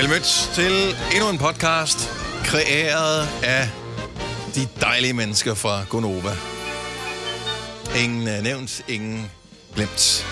Vel mødt til endnu en podcast, kreeret af de dejlige mennesker fra Gonova. Ingen nævnt, ingen glemt.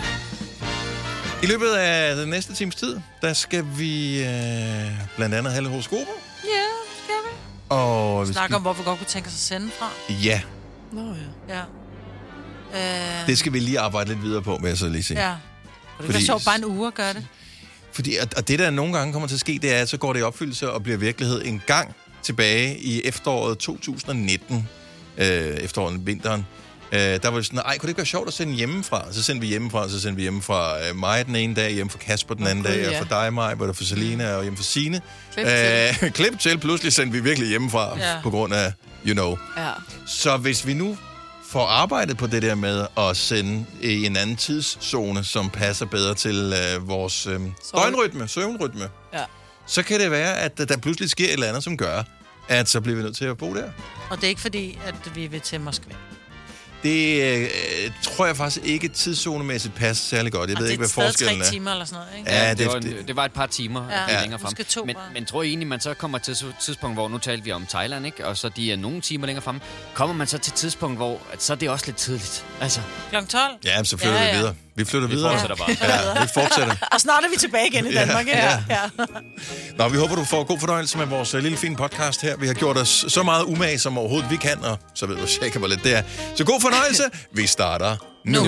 I løbet af den næste times tid, der skal vi blandt andet have lidt horoskoper. Ja, skal vi. Og vi snakke om, hvor vi godt kunne tænke os at sende fra. Ja. Nå ja. Det skal vi lige arbejde lidt videre på, vil jeg så lige sige. Ja. Det er sjovt bare en uge at gøre det. Fordi, og det, der nogle gange kommer til at ske, det er, at så går det i opfyldelse og bliver virkelighed en gang tilbage i efteråret 2019. Efteråret, vinteren. Der var det sådan, kunne det ikke være sjovt at sende hjemmefra? Så sendte vi hjemmefra, så sendte vi hjemmefra mig den ene dag, hjemme fra Kasper den anden dag, og for dig, mig, hvor der for Selina, og hjemme for Signe. Klip til, pludselig sendte vi virkelig hjemmefra, på grund af, you know. Ja. Så hvis vi nu får arbejdet på det der med at sende i en anden tidszone, som passer bedre til vores døgnrytme, søvnrytme, så kan det være, at der pludselig sker et eller andet, som gør, at så bliver vi nødt til at bo der. Og det er ikke fordi, at vi vil til Moskva. Det tror jeg faktisk ikke tidszonemæssigt passer særlig godt. Jeg ved ikke, hvad forskellen er. Det er 3 timer eller sådan noget, ikke? Ja, det var et par timer længere frem. Men tror I egentlig, man så kommer til et tidspunkt, hvor nu talte vi om Thailand, ikke? Og så de er nogle timer længere frem. Kommer man så til et tidspunkt, hvor så er det også lidt tidligt? Altså. Kl. 12? Ja, så flytter vi videre. Vi flytter videre. Vi fortsætter bare. Ja, vi fortsætter. Og snart er vi tilbage igen i Danmark, ikke? Ja. Nå, vi håber, du får god fornøjelse med vores lille fine podcast her. Vi har gjort os så meget umage, som overhovedet vi kan, og så ved du sikkert, hvor lidt det er. Så god fornøjelse. Vi starter nu.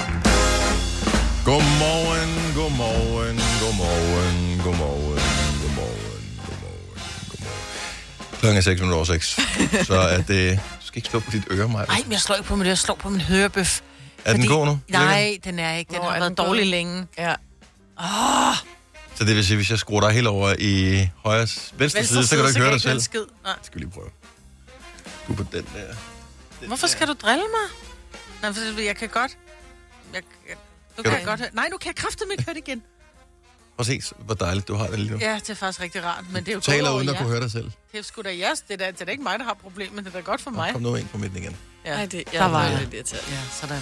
Godmorgen, godmorgen, godmorgen, godmorgen, godmorgen, godmorgen. Klokken er 6:06. Så er det... Du skal ikke slå på dit øre, Maja. Nej, men jeg slår ikke på mit øre. Jeg slår på min hørebøf. Er den god nu? Nej, den er ikke. Den har været dårlig længe. Ja. Så det vil sige, hvis jeg skruer dig helt over i venstre side, så kan du ikke høre dig selv. Nej. Skal vi lige prøve. Du på den der. Hvorfor skal du drille mig? Nej, for jeg kan godt. Nu kan jeg godt høre. Nej, nu kan jeg kraftedeme ikke høre det igen. Præcis, hvor dejligt du har det lige nu. Ja, det er faktisk rigtig rart, men det er jo du taler uden at kunne høre dig selv. Det er sgu da jeres. Det er da ikke mig, der har problemet. Det er da godt for mig. Kom nu ind på midten igen. Ja, der var jeg lidt irriteret. Ja, sådan.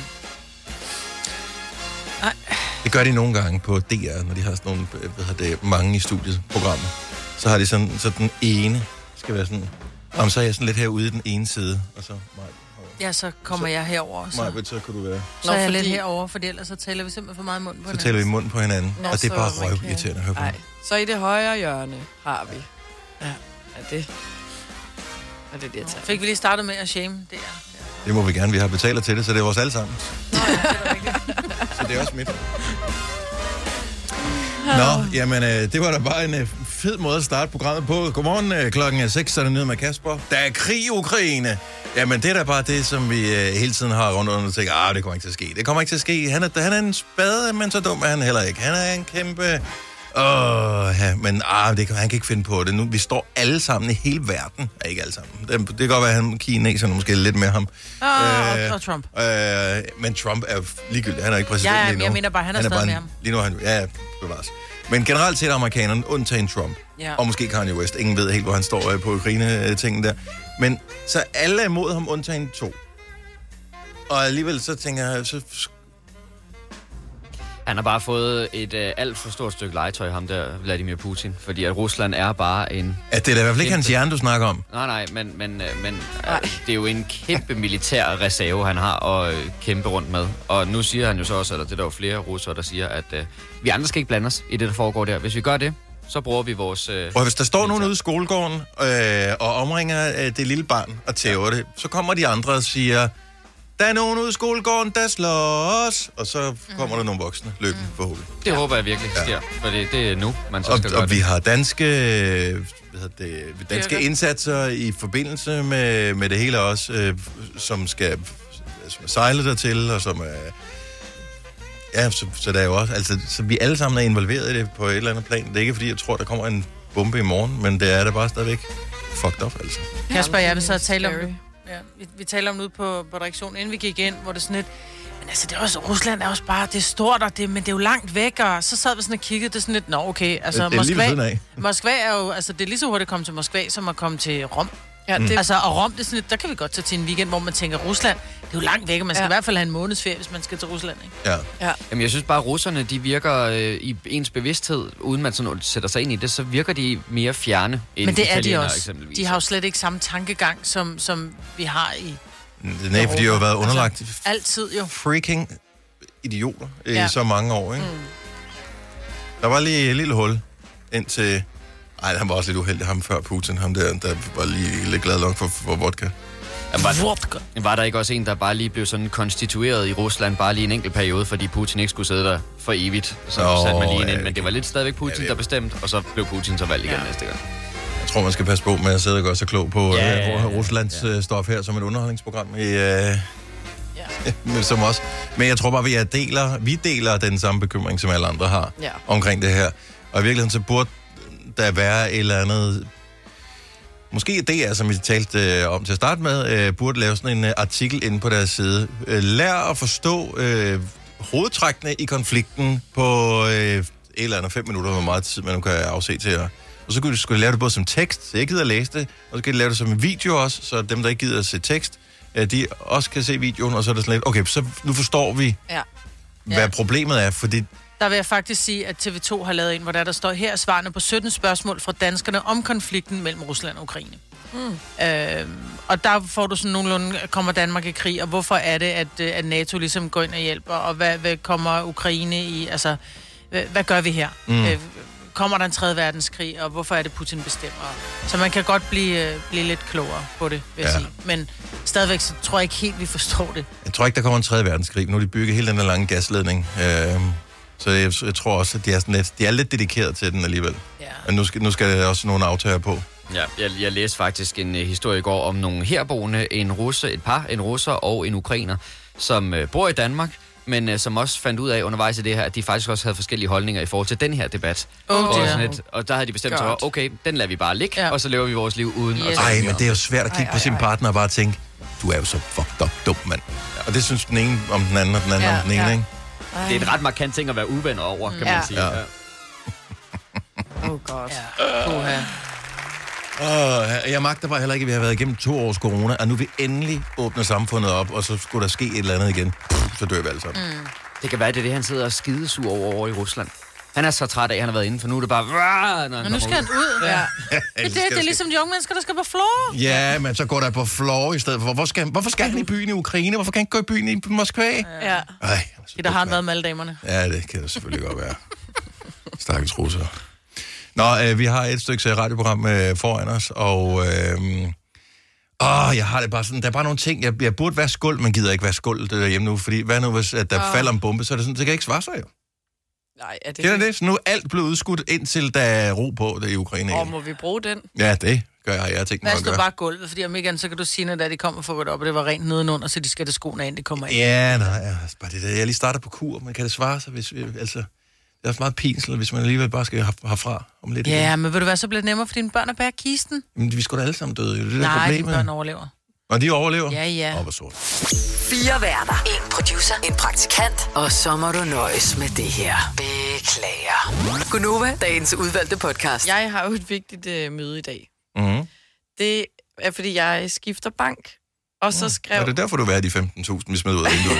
Det gør de nogle gange på DR, når de har sådan nogle, mange i studieprogrammer. Så har de sådan, så den ene skal være sådan, så er jeg sådan lidt herude i den ene side, og så ja, så kommer jeg herover. Så kan du være. Så er jeg lidt herover, for ellers så taler vi simpelthen for meget mund på hinanden. Så taler vi munden på hinanden, og det er bare røvirriterende at høre på. Nej, så i det højre hjørne har vi. Ja, det irriterende. Fik vi lige startet med at shame det er. Det må vi gerne, vi har betaler til det, så det er vores allesammen. Nå, ja, det er rigtigt. Så det er også mit. Nå, jamen, det var da bare en fed måde at starte programmet på. Godmorgen, klokken er 6, så er det nede med Kasper. Der er krig i Ukraine. Jamen, det er da bare det, som vi hele tiden har rundt og tænker, det kommer ikke til at ske. Det kommer ikke til at ske. Han er en spade, men så dum er han heller ikke. Han er en kæmpe... men han kan ikke finde på det. Nu, vi står alle sammen i hele verden. Ikke alle sammen. Det kan godt være, at han kineserne måske lidt med ham. Og Trump. Men Trump er ligegyldig. Han er ikke præsident lige nu. Jeg mener bare, han er stadig med ham. Lige nu bevares. Men generelt set er amerikanerne undtagen Trump. Ja. Og måske Kanye West. Ingen ved helt, hvor han står på Ukraine-tingen der. Men så alle er imod ham, undtagen 2. Og alligevel så tænker jeg... Han har bare fået et alt for stort stykke legetøj, ham der Vladimir Putin. Fordi at Rusland er bare en... det er da i hvert fald ikke hans hjerne, du snakker om. Nej, men det er jo en kæmpe militær reserve, han har at kæmpe rundt med. Og nu siger han jo så også, at det er der jo flere russere, der siger, at vi andre skal ikke blande os i det, der foregår der. Hvis vi gør det, så bruger vi vores... Og hvis der står nogen ude i skolegården og omringer det lille barn og tæver det, så kommer de andre og siger... Der er nogen ude i skolegården, der slår os. Og så kommer der nogle voksne løbende forhåbentlig. Det håber jeg virkelig sker, for det er nu, man så skal gøre det. Og vi har danske indsatser i forbindelse med det hele også, som skal sejle dertil, og som er... Ja, så der er jo også... Altså, så vi alle sammen er involveret i det på et eller andet plan. Det er ikke, fordi jeg tror, der kommer en bombe i morgen, men det er da bare stadigvæk fucked up, altså. Kasper, jeg vil så tale om det. Ja, vi taler om det på redaktionen, inden vi gik ind, hvor det sådan lidt... Men altså, det er også, Rusland er også bare... Det er stort, men det er jo langt væk, og så sad vi sådan og kiggede, det er sådan lidt... Okay, altså det er Moskva er jo... Altså, det er lige så hurtigt at komme til Moskva, som at komme til Rom. Ja, det... Altså, og Rom, det er sådan lidt, der kan vi godt tage til en weekend, hvor man tænker, Rusland, det er jo langt væk, og man skal i hvert fald have en måneds ferie, hvis man skal til Rusland, ikke? Ja. Jamen, jeg synes bare, at russerne, de virker i ens bevidsthed, uden man sådan sætter sig ind i det, så virker de mere fjerne end men det er de også. Eksempelvis. De har jo slet ikke samme tankegang, som vi har i... Nej, for de har jo været underlagt altid jo. freaking idioter i så mange år, ikke? Der var lige et lille hul indtil... Ej, han var også lidt uheldig, ham før Putin, ham der var lige lidt glad nok for vodka. Var der ikke også en, der bare lige blev sådan konstitueret i Rusland, bare lige en enkelt periode, fordi Putin ikke skulle sidde der for evigt? Så satte man lige ind, men det var lidt stadigvæk Putin, der bestemte, og så blev Putin så valgt igen næste gang. Jeg tror, man skal passe på med at sidde og gøre sig klog på Ruslands stof her som et underholdningsprogram men som også. Men jeg tror bare, vi deler den samme bekymring, som alle andre har omkring det her. Og i virkeligheden så burde der være et eller andet... Måske det er, som vi talte om til at starte med, burde lave sådan en artikel inde på deres side. Lær at forstå hovedtrækkene i konflikten på et eller andet 5 minutter, hvor meget tid man kan afse til. Og så skulle de lave det både som tekst, så jeg gider at læse det, og så kan de lave det som en video også, så dem, der ikke gider at se tekst, de også kan se videoen, og så er det sådan lidt, okay, så nu forstår vi, hvad problemet er, fordi... Der vil jeg faktisk sige, at TV2 har lavet en, hvor der står her svarene på 17 spørgsmål fra danskerne om konflikten mellem Rusland og Ukraine. Og der får du sådan nogenlunde, kommer Danmark i krig, og hvorfor er det, at NATO ligesom går ind og hjælper, og hvad kommer Ukraine i, altså, hvad gør vi her? Kommer der en 3. verdenskrig, og hvorfor er det, Putin bestemmer? Så man kan godt blive lidt klogere på det, vil jeg sige. Men stadigvæk så tror jeg ikke helt, vi forstår det. Jeg tror ikke, der kommer en 3. verdenskrig. Nu har de bygget hele den der lange gasledning. Så jeg tror også, at de er lidt dedikeret til den alligevel. Ja. Og nu skal der også nogle aftager på. Ja, jeg læste faktisk en historie i går om nogle herboende, en russer og en ukrainer, som bor i Danmark, men som også fandt ud af undervejs i det her, at de faktisk også havde forskellige holdninger i forhold til den her debat. Og der havde de bestemt sig, okay, den lader vi bare ligge, og så lever vi vores liv uden. Ej, men det er jo svært at kigge på sin partner og bare tænke, du er jo så fucked up dum, mand. Og det synes den ene om den anden, og den anden om den ene, ikke? Det er et ret markant ting at være uvenner over, kan man sige. Oh god. Jeg magter bare heller ikke, at vi har været igennem 2 års corona, og nu vil vi endelig åbne samfundet op, og så skulle der ske et eller andet igen. Så dør vi alle sammen. Det kan være, det er det, han sidder og skidesur over i Rusland. Han er så træt af, at han har været inde, for nu er det bare... Men nu skal han ud. Det er ligesom de unge mennesker, der skal på floor. Ja, men så går der på floor i stedet for. Hvorfor skal han i byen i Ukraine? Hvorfor kan han ikke gå i byen i Moskva? Ja. Der har han været med alle damerne. Ja, det kan det selvfølgelig godt være. Stakkels russere. Nå, vi har et stykke radioprogram foran os, og jeg har det bare sådan, der er bare nogle ting, jeg burde være skuld, men gider ikke være skuld derhjemme nu, fordi hvad nu, hvis at der falder en bombe, så er det sådan, det kan ikke svare sig jo. Nej, er det Kender det? Så nu er alt blevet udskudt, indtil der er ro på det i Ukraine. Må vi bruge den? Ja, det gør jeg. Jeg har tænkt mig at gøre. Bare gulvet, fordi om ikke andet, så kan du sige, når de kommer for at gå op, og det var rent nedenunder, så de skal have skoene ind, det kommer ind. Ja, nej, bare det der. Jeg lige starter på kur, men kan det svare sig, hvis vi, altså... Det er også meget pinsel, hvis man alligevel bare skal herfra om lidt. Ja, men vil du være så blevet nemmere, for dine børn er bag kisten? Men vi skulle da alle sammen døde, det er det problemet. Nej, dine børn overlever. Og de overlever? Ja. Hvor sort. 4 værter, 1 producer, en praktikant, og så må du nøjes med det her. Beklager. Gunova, dagens udvalgte podcast. Jeg har jo et vigtigt møde i dag. Mm-hmm. Det er, fordi jeg skifter bank. Og så skrev... Er det derfor, du vil have de 15.000, vi smed ud af vinduet?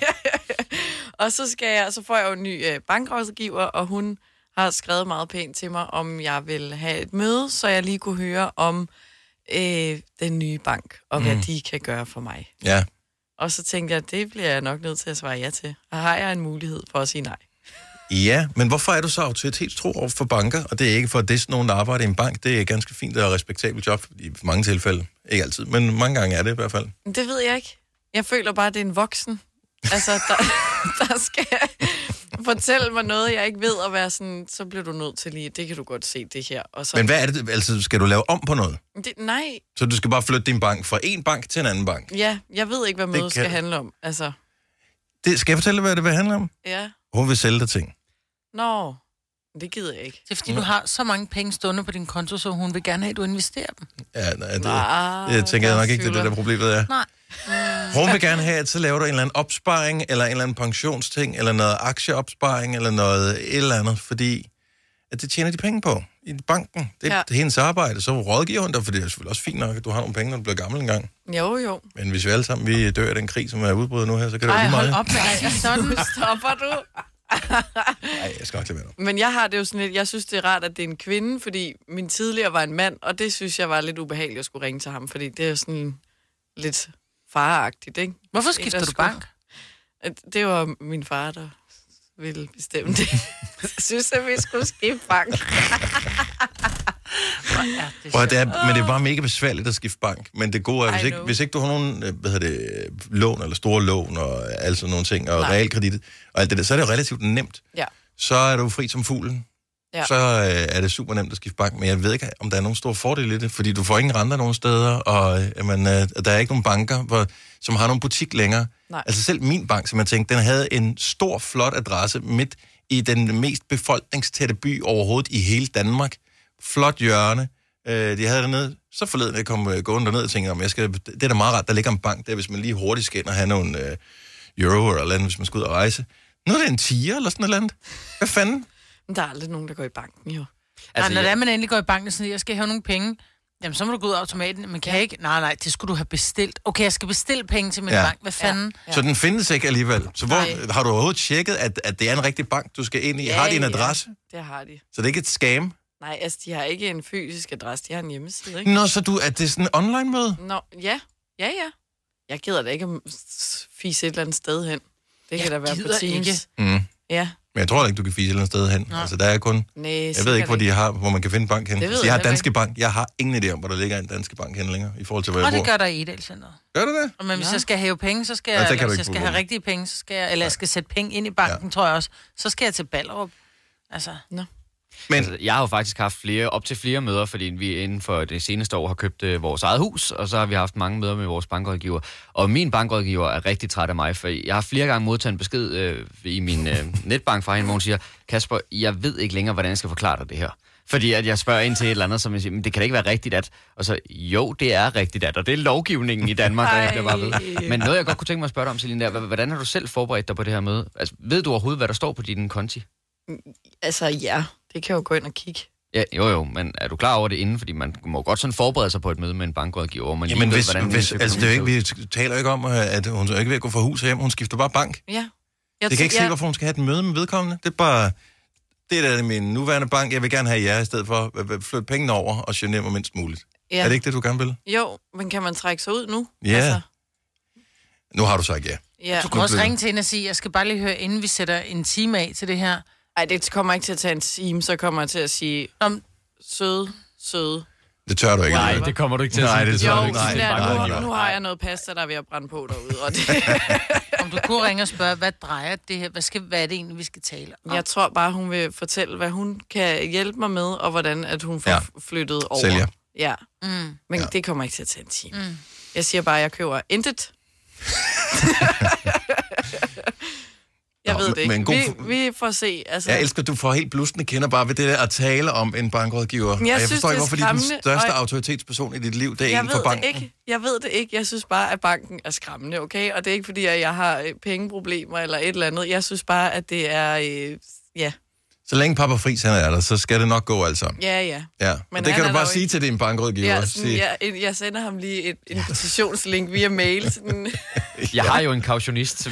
Og så får jeg jo en ny bankrådgiver, og hun har skrevet meget pænt til mig, om jeg vil have et møde, så jeg lige kunne høre om den nye bank, og hvad de kan gøre for mig. Ja. Og så tænkte jeg, det bliver jeg nok nødt til at svare ja til. Og har jeg en mulighed for at sige nej? Ja, men hvorfor er du så autoritetstro over for banker? Og det er ikke for at disse nogen, der arbejder i en bank. Det er et ganske fint og respektabelt job i mange tilfælde. Ikke altid, men mange gange er det i hvert fald. Det ved jeg ikke. Jeg føler bare, at det er en voksen. Altså, der skal fortælle mig noget, jeg ikke ved, og være sådan, så bliver du nødt til lige, det kan du godt se, det her. Og så... Men hvad er det, altså skal du lave om på noget? Nej. Så du skal bare flytte din bank fra en bank til en anden bank? Ja, jeg ved ikke, hvad mødet skal handle om, altså. Skal jeg fortælle, hvad det vil handle om? Ja. Hun vil sælge dig ting. Nå, det gider jeg ikke. Det er fordi, du har så mange penge stående på din konto, så hun vil gerne have, at du investerer dem. Ja, nej, jeg tænker nok ikke, det er det, der problemet er. Nej. Hun vil gerne have, at så laver du en eller anden opsparing, eller en eller anden pensionsting, eller noget aktieopsparing, eller noget et eller andet, fordi at det tjener de penge på i banken. Det er hendes arbejde, så rådgiver hun dig, for det er selvfølgelig også fint nok, at du har nogle penge, når du bliver gammel engang. Jo. Men hvis vi alle sammen vi dør af den krig, som er udbrudt nu her, så kan det jo lige meget. Ej, hold op med sådan. Stopper du? Nej, jeg skal nok lade være. Men jeg har det jo sådan lidt, jeg synes, det er rart, at det er en kvinde, fordi min tidligere var en mand, og det synes jeg var lidt ubehageligt at skulle ringe til ham, fordi det er jo sådan lidt faragtigt, ikke? Hvorfor skifter du bank? Det var min far, der ville bestemme det. Jeg synes, at vi skulle skifte bank. Men det er bare mega besværligt at skifte bank. Men det gode er, hvis ikke du har nogen lån eller store lån og alle sådan nogle ting, og realkredit og alt det der, så er det jo relativt nemt. Ja. Så er du fri som fuglen. Ja. Så er det super nemt at skifte bank. Men jeg ved ikke, om der er nogen store fordele i det, fordi du får ingen renter nogen steder, og der er ikke nogen banker, som har nogen butik længere. Nej. Altså selv min bank, som jeg tænkte, den havde en stor, flot adresse midt i den mest befolkningstætte by overhovedet i hele Danmark. Flot hjørne. De havde dernede. Så forleden jeg kom gående derned og tænkte, det er da meget rart, der ligger en bank der, hvis man lige hurtigt skal ind og have nogle euro eller andet, hvis man skal ud og rejse. Nu er det en 10'er eller sådan noget andet. Hvad fanden? Der er aldrig nogen, der går i banken, jo. Altså, når man endelig går i banken og siger, jeg skal have nogle penge, jamen så må du gå ud af automaten. Men kan ikke? Nej, det skulle du have bestilt. Okay, jeg skal bestille penge til min bank. Hvad fanden? Ja. Så den findes ikke alligevel. Så har du overhovedet tjekket, at det er en rigtig bank, du skal ind i? Ja, har de en adresse? Det har de. Så det er ikke et scam? Nej, altså de har ikke en fysisk adresse, de har en hjemmeside, ikke? Nå, så er det sådan en online-møde? Nå, ja. Jeg gider da ikke at fise et eller andet sted hen. Det kan da være på Teams. Ikke. Ja. Men jeg tror ikke, du kan fise et eller andet sted hen. Nå. Altså, der er kun... jeg ved ikke, hvor man kan finde bank hen. Jeg har Danske Bank. Jeg har ingen idé om, hvor der ligger en Danske Bank hen længere, i forhold til, hvor jeg bor. Og det gør der i Edel-centret. Gør det det? Men hvis jeg skal have penge, så skal jeg... Hvis jeg skal have rigtige penge, så skal jeg... Eller jeg skal sætte penge ind i banken, tror jeg også. Så skal jeg til Ballerup. Altså... Nå. Men altså, jeg har jo faktisk haft op til flere møder, fordi vi inden for det seneste år har købt vores eget hus, og så har vi haft mange møder med vores bankrådgiver. Og min bankrådgiver er rigtig træt af mig, for jeg har flere gange modtaget en besked i min netbank fra hende, hvor hun siger, Kasper, jeg ved ikke længere, hvordan jeg skal forklare dig det her. Fordi at jeg spørger ind til et eller andet, som jeg siger, men det kan da ikke være rigtigt at... Og så, jo, det er rigtigt at, og det er lovgivningen i Danmark, der jeg bliver bare ved. Men noget, jeg godt kunne tænke mig at spørge dig om, Selina, hvordan har du selv forberedt dig på det her møde? Altså, ved du overhovedet, hvad der står på din konti? Altså, ja. Det kan jo gå ind og kigge. Ja, jo, men er du klar over det inden? Fordi man må godt sådan forberede sig på et møde med en bankrådgiver. Man jamen, ved, altså, det er jo ikke, vi taler ikke om, at hun ikke vil gå fra hus og hjem. Hun skifter bare bank. Ja. Det kan ikke se, hvorfor hun skal have et møde med vedkommende. Det er bare... Det er min nuværende bank. Jeg vil gerne have jer i stedet for at flytte pengene over og genere mig mindst muligt. Ja. Er det ikke det, du gerne vil? Jo, men kan man trække sig ud nu? Ja. Altså. Nu har du sagt ja. Du kan også ringe til hende og sige, jeg skal bare lige høre, inden vi sætter en time af til det her. Ej, det kommer ikke til at tage en time, så kommer jeg til at sige, søde. Det tør du ikke. Nej, det kommer du ikke til at sige. Nej, det tør du ikke. Nej, nu har jeg noget pasta, der er ved at brænde på derude. Og det... Om du kunne ringe og spørge, hvad drejer det her? Hvad er det egentlig, vi skal tale om? Jeg tror bare, hun vil fortælle, hvad hun kan hjælpe mig med, og hvordan at hun får flyttet over. Sælger. Ja, men det kommer ikke til at tage en time. Jeg siger bare, at jeg køber intet. Jeg ved det ikke. Vi får se. Altså. Jeg elsker, at du får helt blustende kender bare ved det der at tale om en bankrådgiver. Jeg forstår ikke, hvorfor den største autoritetsperson i dit liv, det er en for banken. Jeg ved det ikke. Jeg synes bare, at banken er skræmmende, okay? Og det er ikke, fordi jeg har pengeproblemer eller et eller andet. Jeg synes bare, at det er... Så længe Papa Friis han er der, så skal det nok gå alt sammen. Ja. Men det kan du bare sige til din bankrådgiver. Jeg sender ham lige et invitationslink via mail. Sådan. Jeg har jo en kautionist.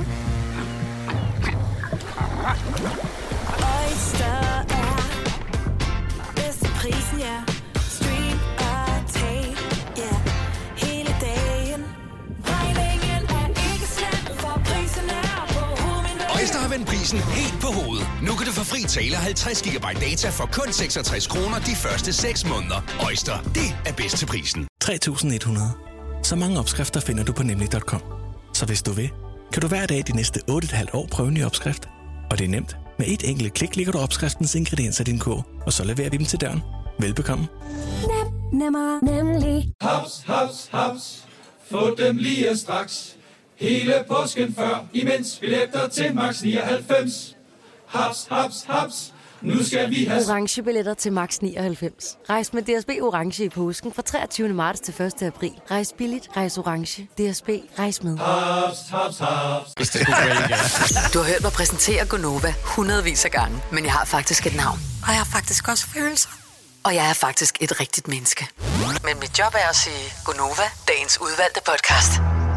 Øjster har vendt prisen helt på hovedet. Nu kan du få fri tale 50 GB data for kun 66 kroner de første 6 måneder. Øjster, det er bedst til prisen. 3.100. Så mange opskrifter finder du på nemlig.com. Så hvis du vil, kan du hver dag de næste 8,5 år prøve en ny opskrift. Og det er nemt. Med et enkelt klik ligger du opskriftens ingredienser i din kog, og så leverer vi dem til døren. Velbekomme. Nemmer, nemlig. Haps, haps, haps. Få dem lige straks. Hele påsken før, imens billetter til max 99. Haps, haps, haps. Nu skal vi have... Orange billetter til max 99. Rejs med DSB Orange i påsken fra 23. marts til 1. april. Rejs billigt, rejs orange. DSB, rejs med. Haps, haps, haps. Du har hørt mig præsentere Gonova hundredvis af gange, men jeg har faktisk et navn. Og jeg har faktisk også følelser. Og jeg er faktisk et rigtigt menneske. Men mit job er at sige Gonova, dagens udvalgte podcast.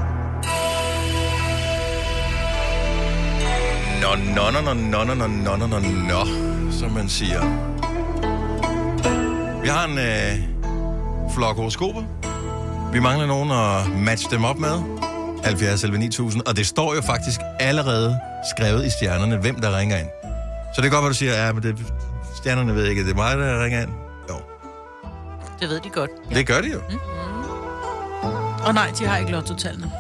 Nå, som man siger. Vi har en flok horoskoper. Vi mangler nogen at matche dem op med. 70 11 9000. Og det står jo faktisk allerede skrevet i stjernerne, hvem der ringer ind. Så det er godt, hvad du siger. Ja, men det, stjernerne ved ikke, at det er mig, der ringer ind. Jo. Det ved de godt. Ja. Det gør de jo. Og nej, de har ikke lotto-tallene.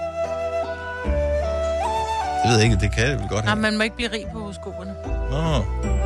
Jeg ved ikke, det kan det vel godt Nej, have. man må ikke blive rig på horoskoperne. Nå.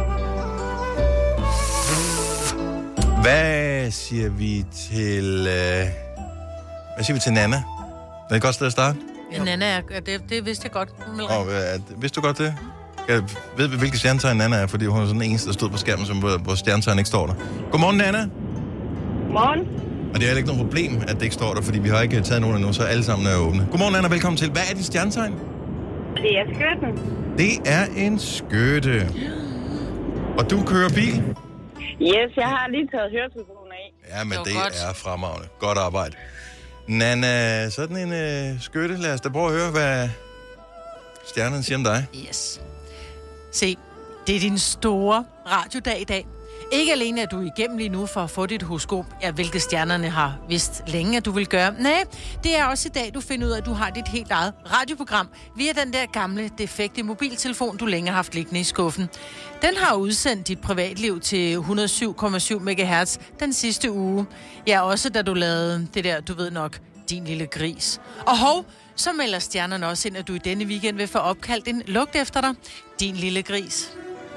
Hvad siger vi til... Hvad siger vi til Nana? Er det et godt sted at starte? Ja, Nana er... Det vidste jeg godt. Vidste du godt det? Jeg ved, hvilke stjernetegn Nana er, fordi hun er sådan den eneste, der stod på skærmen, hvor stjernetegn ikke står der. Godmorgen, Nana. Godmorgen. Og det er heller ikke noget problem, at det ikke står der, fordi vi har ikke taget nogen endnu, så alle sammen er åbne. Godmorgen, Nana. Velkommen til. Hvad er dit stjernetegn? Det er skytten. Det er en skytte. Og du kører bil? Yes, jeg har lige taget høretelefonen af. Ja, men det er fremragende. Godt arbejde. Nana, sådan en skytte. Lad os da prøve at høre, hvad stjernen siger om dig. Yes. Se, det er din store radiodag i dag. Ikke alene er du igennem lige nu for at få dit horoskop, hvilke stjernerne har vidst længe, at du vil gøre. Nej, det er også i dag, du finder ud af, at du har dit helt eget radioprogram via den der gamle, defekte mobiltelefon, du længe har haft liggende i skuffen. Den har udsendt dit privatliv til 107,7 MHz den sidste uge. Ja, også da du lavede det der, du ved nok, din lille gris. Og hov, så melder stjernerne også ind, at du i denne weekend vil få opkaldt en lugt efter dig. Din lille gris.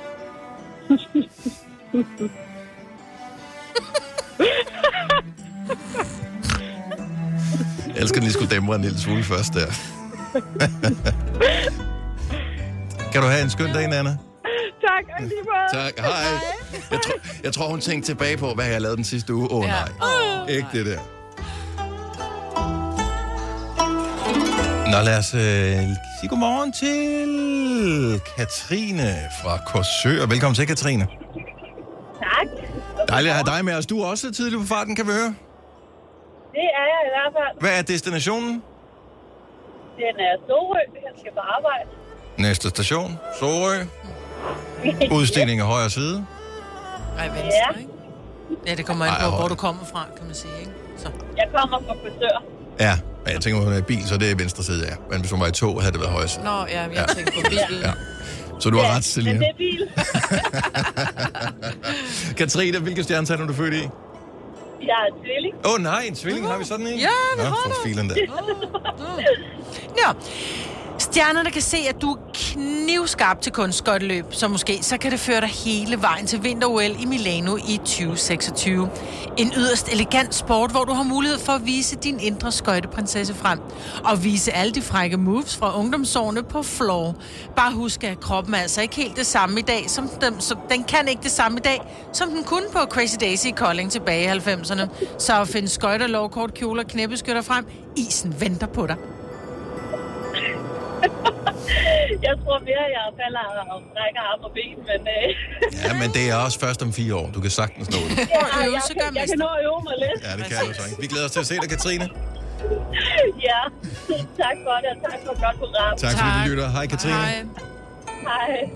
Jeg elsker, at lige skulle dæmre en lille smule først der. Kan du have en skøn dag, Nana? Tak, og lige måde. Tak, hej. Jeg tror, hun tænkte tilbage på, hvad jeg lavede den sidste uge. Nej, ikke det der. Nå, lad os sige godmorgen til Katrine fra Korsør. Velkommen til, Katrine. Tak. Dejligt at have dig med os. Du er også tidligt på farten, kan vi høre? Det er jeg i hvert fald. Hvad er destinationen? Den er Sorø, jeg skal på arbejde. Næste station, Sorø. Udstigning af højre side. Ej, venstre, ikke? Ja, det kommer an på, hvor du kommer fra, kan man sige, ikke? Så. Jeg kommer fra Korsør. Ja, men jeg tænker, at hun er i bil, så det er venstre side, ja. Men hvis hun var i tog, havde det været højre side. Nå, ja, jeg tænker på bilen. Ja. Så du har ret, Selina. Men det er bil. Katrine, hvilke stjernetegn er du født i? Jeg er tvilling. Nej, en tvilling har vi sådan en? Ja, vi har for det. filen der. Ja. Stjernerne kan se, at du er knivskarp til kunstskøjteløb, så måske så kan det føre dig hele vejen til vinter-OL i Milano i 2026. En yderst elegant sport, hvor du har mulighed for at vise din indre skøjteprinsesse frem. Og vise alle de frække moves fra ungdomsårene på floor. Bare husk, at kroppen er altså ikke helt det samme i dag, den kan ikke det samme i dag, som den kunne på Crazy Daisy i Kolding tilbage i 90'erne. Så find skøjter, lovkort, kjoler, knæbeskytter frem. Isen venter på dig. Jeg tror mere, jeg falder og brækker arm og ben, men... Ja, men det er også først om 4 år. Du kan sagtens nå det. Jeg kan nå at øve mig lidt. Ja, det kan du så ikke. Vi glæder os til at se dig, Katrine. Ja, tak for det, og tak for et godt program. Tak fordi du lytter. Hej, Katrine. Hej. Hej.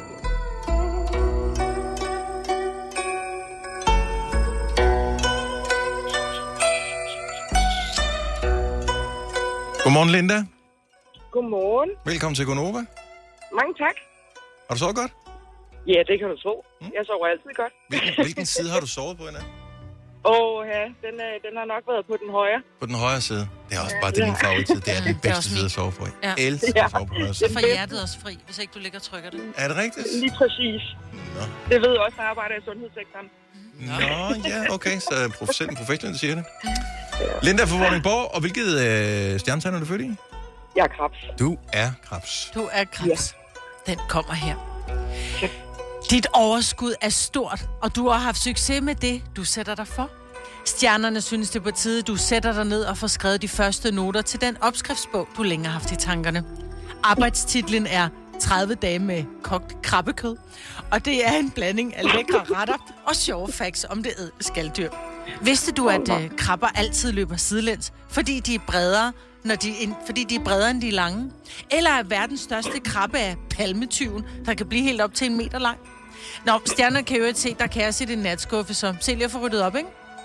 Godmorgen, Linda. Godmorgen. Velkommen til Gonova. Mange tak. Har du sovet godt? Ja, det kan du tro. Jeg sover altid godt. Hvilken side har du sovet på i nat? Ja, den har nok været på den højre. På den højre side. Det er også bare det min favorittid. Det er den bedste side at sove på. Jeg elsker at sove på højre Så side. får hjertet også fri, hvis ikke du ligger og trykker det. Er det rigtigt? Lige præcis. Nå. Det ved jeg også, når jeg arbejder i sundhedssektoren. Nå, ja, okay. Så selv en professionel siger det. Linda fra Vordingborg, og hvilket stjernetegn er du født i? Jeg er krebs. Du er krebs. Du er krebs. Ja. Den kommer her. Dit overskud er stort, og du har haft succes med det, du sætter dig for. Stjernerne synes det er på tide, du sætter dig ned og får skrevet de første noter til den opskriftsbog, du længe har haft i tankerne. Arbejdstitlen er 30 dage med kogt krabbekød, og det er en blanding af lækre retter og sjove facts om det ædle skaldyr. Vidste du, at krabber altid løber sidelæns, fordi de er bredere, fordi de er bredere end de er lange? Eller er verdens største krabbe af palmetyven, der kan blive helt op til 1 meter lang? Nå, stjerner kan jo ikke se, der kan jeg se det natskuffe, så se lige at få ryddet op, ikke?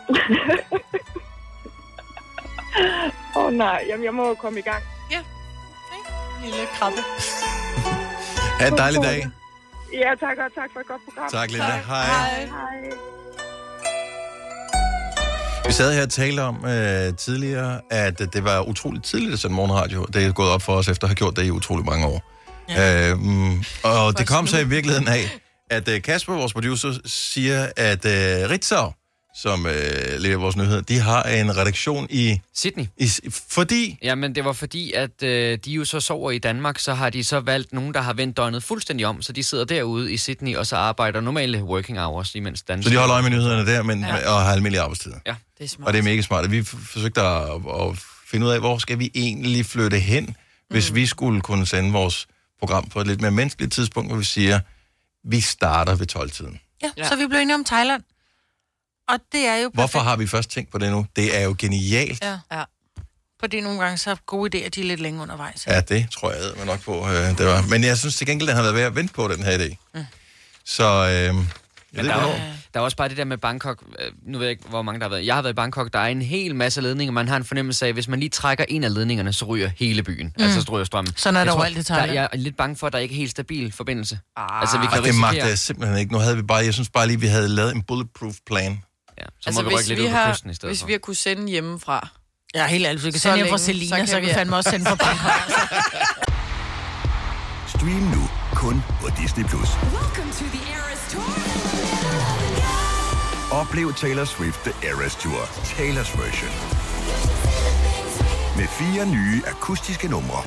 Nej, jamen jeg må jo komme i gang. Ja, lille krabbe. Ha' en dejlig dag. Ja, tak, og tak for et godt program. Tak, Linda. Tak. Hej. Hej. Vi sad her og talte om tidligere, at det var utroligt tidligt at sende morgenradio. Det er gået op for os, efter at have gjort det i utrolig mange år. Ja. Og det kom så i virkeligheden af, at Kasper, vores producer, siger, at Ritzau, som leverer vores nyheder, de har en redaktion i Sydney. Fordi? Jamen, det var fordi, at de jo så sover i Danmark, så har de så valgt nogen, der har vendt døgnet fuldstændig om, så de sidder derude i Sydney, og så arbejder normale working hours, imens danser. Så de holder øje med nyhederne der, men og har almindelige arbejdstider. Ja, det er smart. Og det er mega smart. Vi forsøgte at finde ud af, hvor skal vi egentlig flytte hen, hvis vi skulle kunne sende vores program på et lidt mere menneskeligt tidspunkt, hvor vi siger, vi starter ved 12-tiden. Ja, så vi blev enige om Thailand. Og det er jo perfekt. Hvorfor har vi først tænkt på det nu? Det er jo genialt. Ja. Fordi nogle gange så er gode idéer, de er lidt længe undervejs. Ja, det tror jeg nok på, det var. Men jeg synes til gengæld, den har været værd at vente på, den her idé. Så der er også bare det der med Bangkok. Nu ved jeg ikke, hvor mange der har været. Jeg har været i Bangkok. Der er en hel masse ledninger. Man har en fornemmelse af, hvis man lige trækker en af ledningerne, så ryger hele byen. Altså så ryger strømmen. Sådan er der jo alt i Thailand. Jeg er lidt bange for, at der ikke er helt stabil forbindelse. Altså, vi kan det magter jeg simpelthen ikke. Nu havde vi bare, jeg synes bare lige, vi havde lavet en bulletproof plan. Ja, så altså, må vi rykke lidt ud på kysten i stedet hvis vi har kunne sende hjemmefra. Ja, helt alt. Vi kan sende hjem fra Selina, så kan vi fandme også sende fra Bangkok. Stream nu kun på Disney+. Oplev Taylor Swift The Eras Tour, Taylor's version. Med 4 nye akustiske numre.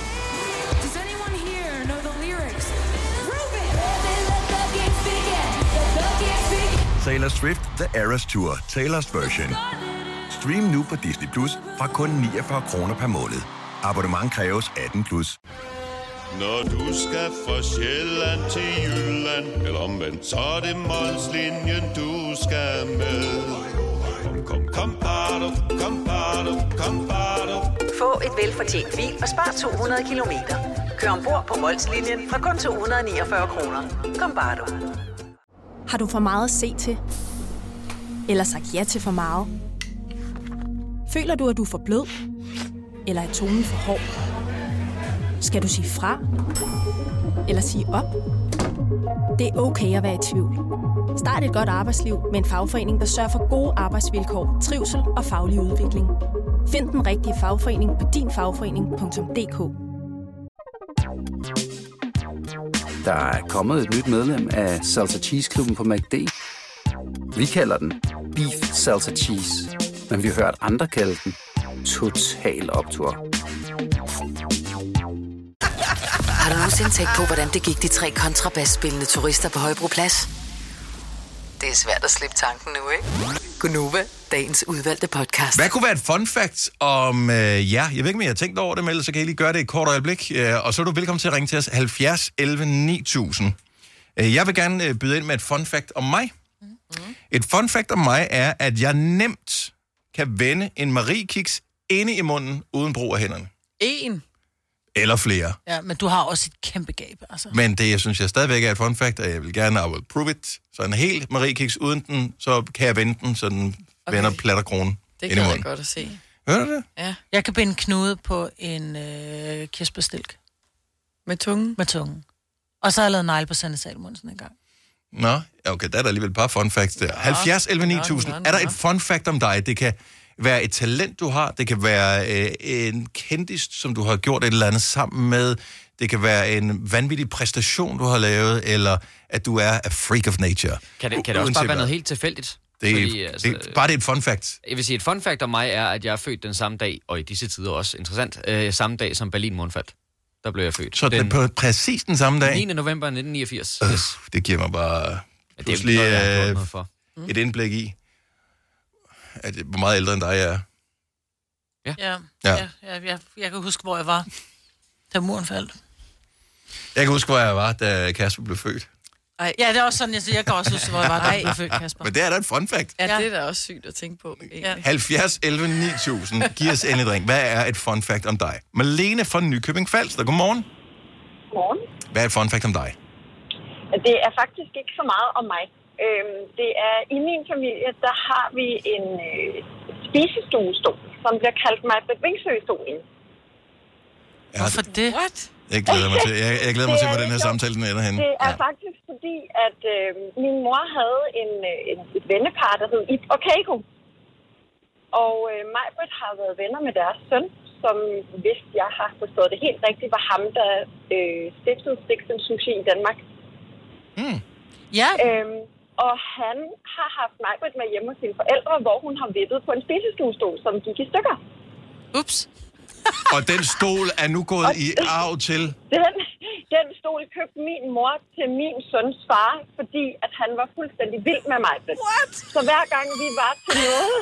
Taylor Swift The Eras Tour, Taylor's version. Stream nu på Disney Plus fra kun 49 kroner per måned. Abonnement kræves 18 plus. Når du skal fra Sjælland til Jylland, eller omvendt, så er det Molslinjen, du skal med. Kom, bado, kom, bado, kom, bado. Få et velfortjent bil og spar 200 kilometer. Kør ombord på Molslinjen fra kun 249 kroner. Kom, bado. Har du for meget at se til? Eller sagt ja til for meget? Føler du, at du er for blød? Eller er tonen for hård? Skal du sige fra? Eller sige op? Det er okay at være i tvivl. Start et godt arbejdsliv med en fagforening, der sørger for gode arbejdsvilkår, trivsel og faglig udvikling. Find den rigtige fagforening på dinfagforening.dk. Der er kommet et nyt medlem af Salsa Cheese Klubben på McD. Vi kalder den Beef Salsa Cheese, men vi har hørt andre kalde den Total Optur. Har du nogensinde tænkt på, hvordan det gik de 3 kontrabasspillende turister på Højbroplads? Det er svært at slippe tanken nu, ikke? Gunova, dagens udvalgte podcast. Hvad kunne være et fun fact om jeg ved ikke, om jeg har tænkt over det, men ellers så kan jeg lige gøre det i et kort øjeblik. Og så er du velkommen til at ringe til os 70 11 9000. Jeg vil gerne byde ind med et fun fact om mig. Et fun fact om mig er, at jeg nemt kan vende en Marie-kiks inde i munden uden brug af hænderne. En? Eller flere. Ja, men du har også et kæmpe gab, altså. Men det, jeg synes, jeg stadigvæk er et fun fact, og jeg vil gerne, I will prove it. Så en hel Marie-kiks uden den, så kan jeg vende den, så den vender platter kronen det ind i munden. Det kan jeg godt at se. Hører du det? Ja. Jeg kan binde knude på en kirsebærstilk. Med tungen? Med tungen. Og så har jeg lavet negle på Sanne Salmonsen en gang. Nå, okay, der er der alligevel et par fun facts der. 70 11 9000. Er der et fun fact om dig? Det kan være et talent, du har. Det kan være en kendis, som du har gjort et eller andet sammen med. Det kan være en vanvittig præstation, du har lavet, eller at du er a freak of nature. Kan det også bare være noget helt tilfældigt? Bare det er et fun fact. Jeg vil sige, et fun fact om mig er, at jeg er født den samme dag, og i disse tider også interessant, samme dag som Berlinmuren faldt. der blev jeg født. Så det er på præcis den samme dag? 9. november 1989. Yes. Det giver mig bare pludselig et indblik i, hvor meget ældre end dig jeg er. Jeg kan huske, hvor jeg var, da muren faldt. Jeg kan huske, hvor jeg var, da Kasper blev født. Ej. Ja, det er også sådan, jeg siger. Jeg kan også huske, hvor jeg var, da jeg blev født, Kasper. Men det er da et fun fact. Ja, det er da også sygt at tænke på. Ja. 70 11 9000. Giv os endelig ring. Hvad er et fun fact om dig? Malene fra Nykøbing Falster. Godmorgen. Godmorgen. Hvad er et fun fact om dig? Det er faktisk ikke så meget om mig. Det er i min familie, der har vi en spisestuestol, som bliver kaldt Maj-Brit Vingsø-stolen. Hvorfor det? What? Jeg glæder mig til, hvor den her samtale den ender henne. Det er faktisk fordi, at min mor havde et vennepar, der hed Ib og Keiko. Og Maj-Brit har været venner med deres søn, som, hvis jeg har forstået det helt rigtigt, var ham, der stiftede Sticks & Sushi i Danmark. Ja. Og han har haft Maj-Brit med hjemme hos sine forældre, hvor hun har vippet på en spisestuestol, som gik i stykker. Ups. Og den stol er nu gået i arv til? Den stol købte min mor til min søns far, fordi at han var fuldstændig vild med Maj-Brit. Så hver gang vi var til noget,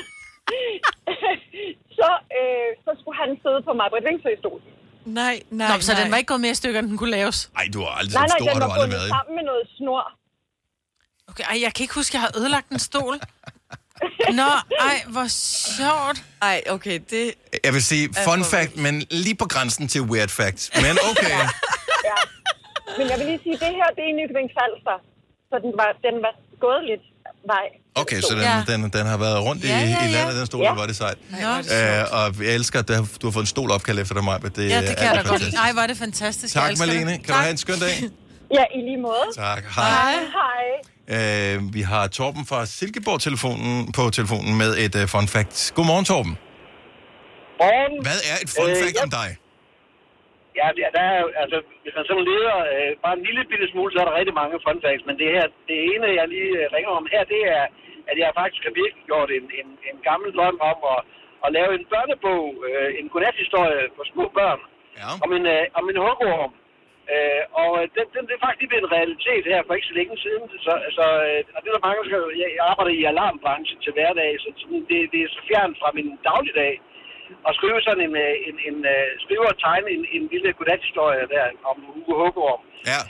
så skulle han sidde på Maj-Brit Vingsø-stolen. Nej. Så den var ikke gået mere i stykker, end den kunne laves? Nej, du har aldrig så stor, den var aldrig været. sammen med noget snor. Okay, jeg kan ikke huske, at jeg har ødelagt en stol. Nå, hvor sjovt. Okay, det... Jeg vil sige fun fact, men lige på grænsen til weird fact. Men okay. Ja. Men jeg vil lige sige, det her, det er i Nykøbing Falster. Så den var gået lidt vej. Okay, så den har været rundt i landet, den stol, var det sejt. Og jeg elsker, at du har fået en stol opkaldt efter dig, Maja. Det kan jeg da godt. Nej, var det fantastisk. Tak, Malene. Kan du have en skøn dag? Ja, i lige måde. Tak. Hej. Hej. Vi har Torben fra Silkeborg på telefonen med et fun fact. Godmorgen, Torben. Morgen. Hvad er et fun fact om dig? Ja, der er altså, hvis man sådan leder bare en lille bitte smule, så er der rigtig mange fun facts, men det ene, jeg lige ringer om her, det er, at jeg faktisk har virkelig gjort en gammel drøm om at lave en børnebog, en godnathistorie for små børn, om en hugorm. Og den er faktisk lige blevet en realitet her for ikke så længe siden. Og det er der mange, jeg arbejder i alarmbranchen til hverdag, så det er så fjernt fra min dagligdag. Og skrive sådan skrive og tegne en lille godnathistorie der om Hugo Hugorm. Ja.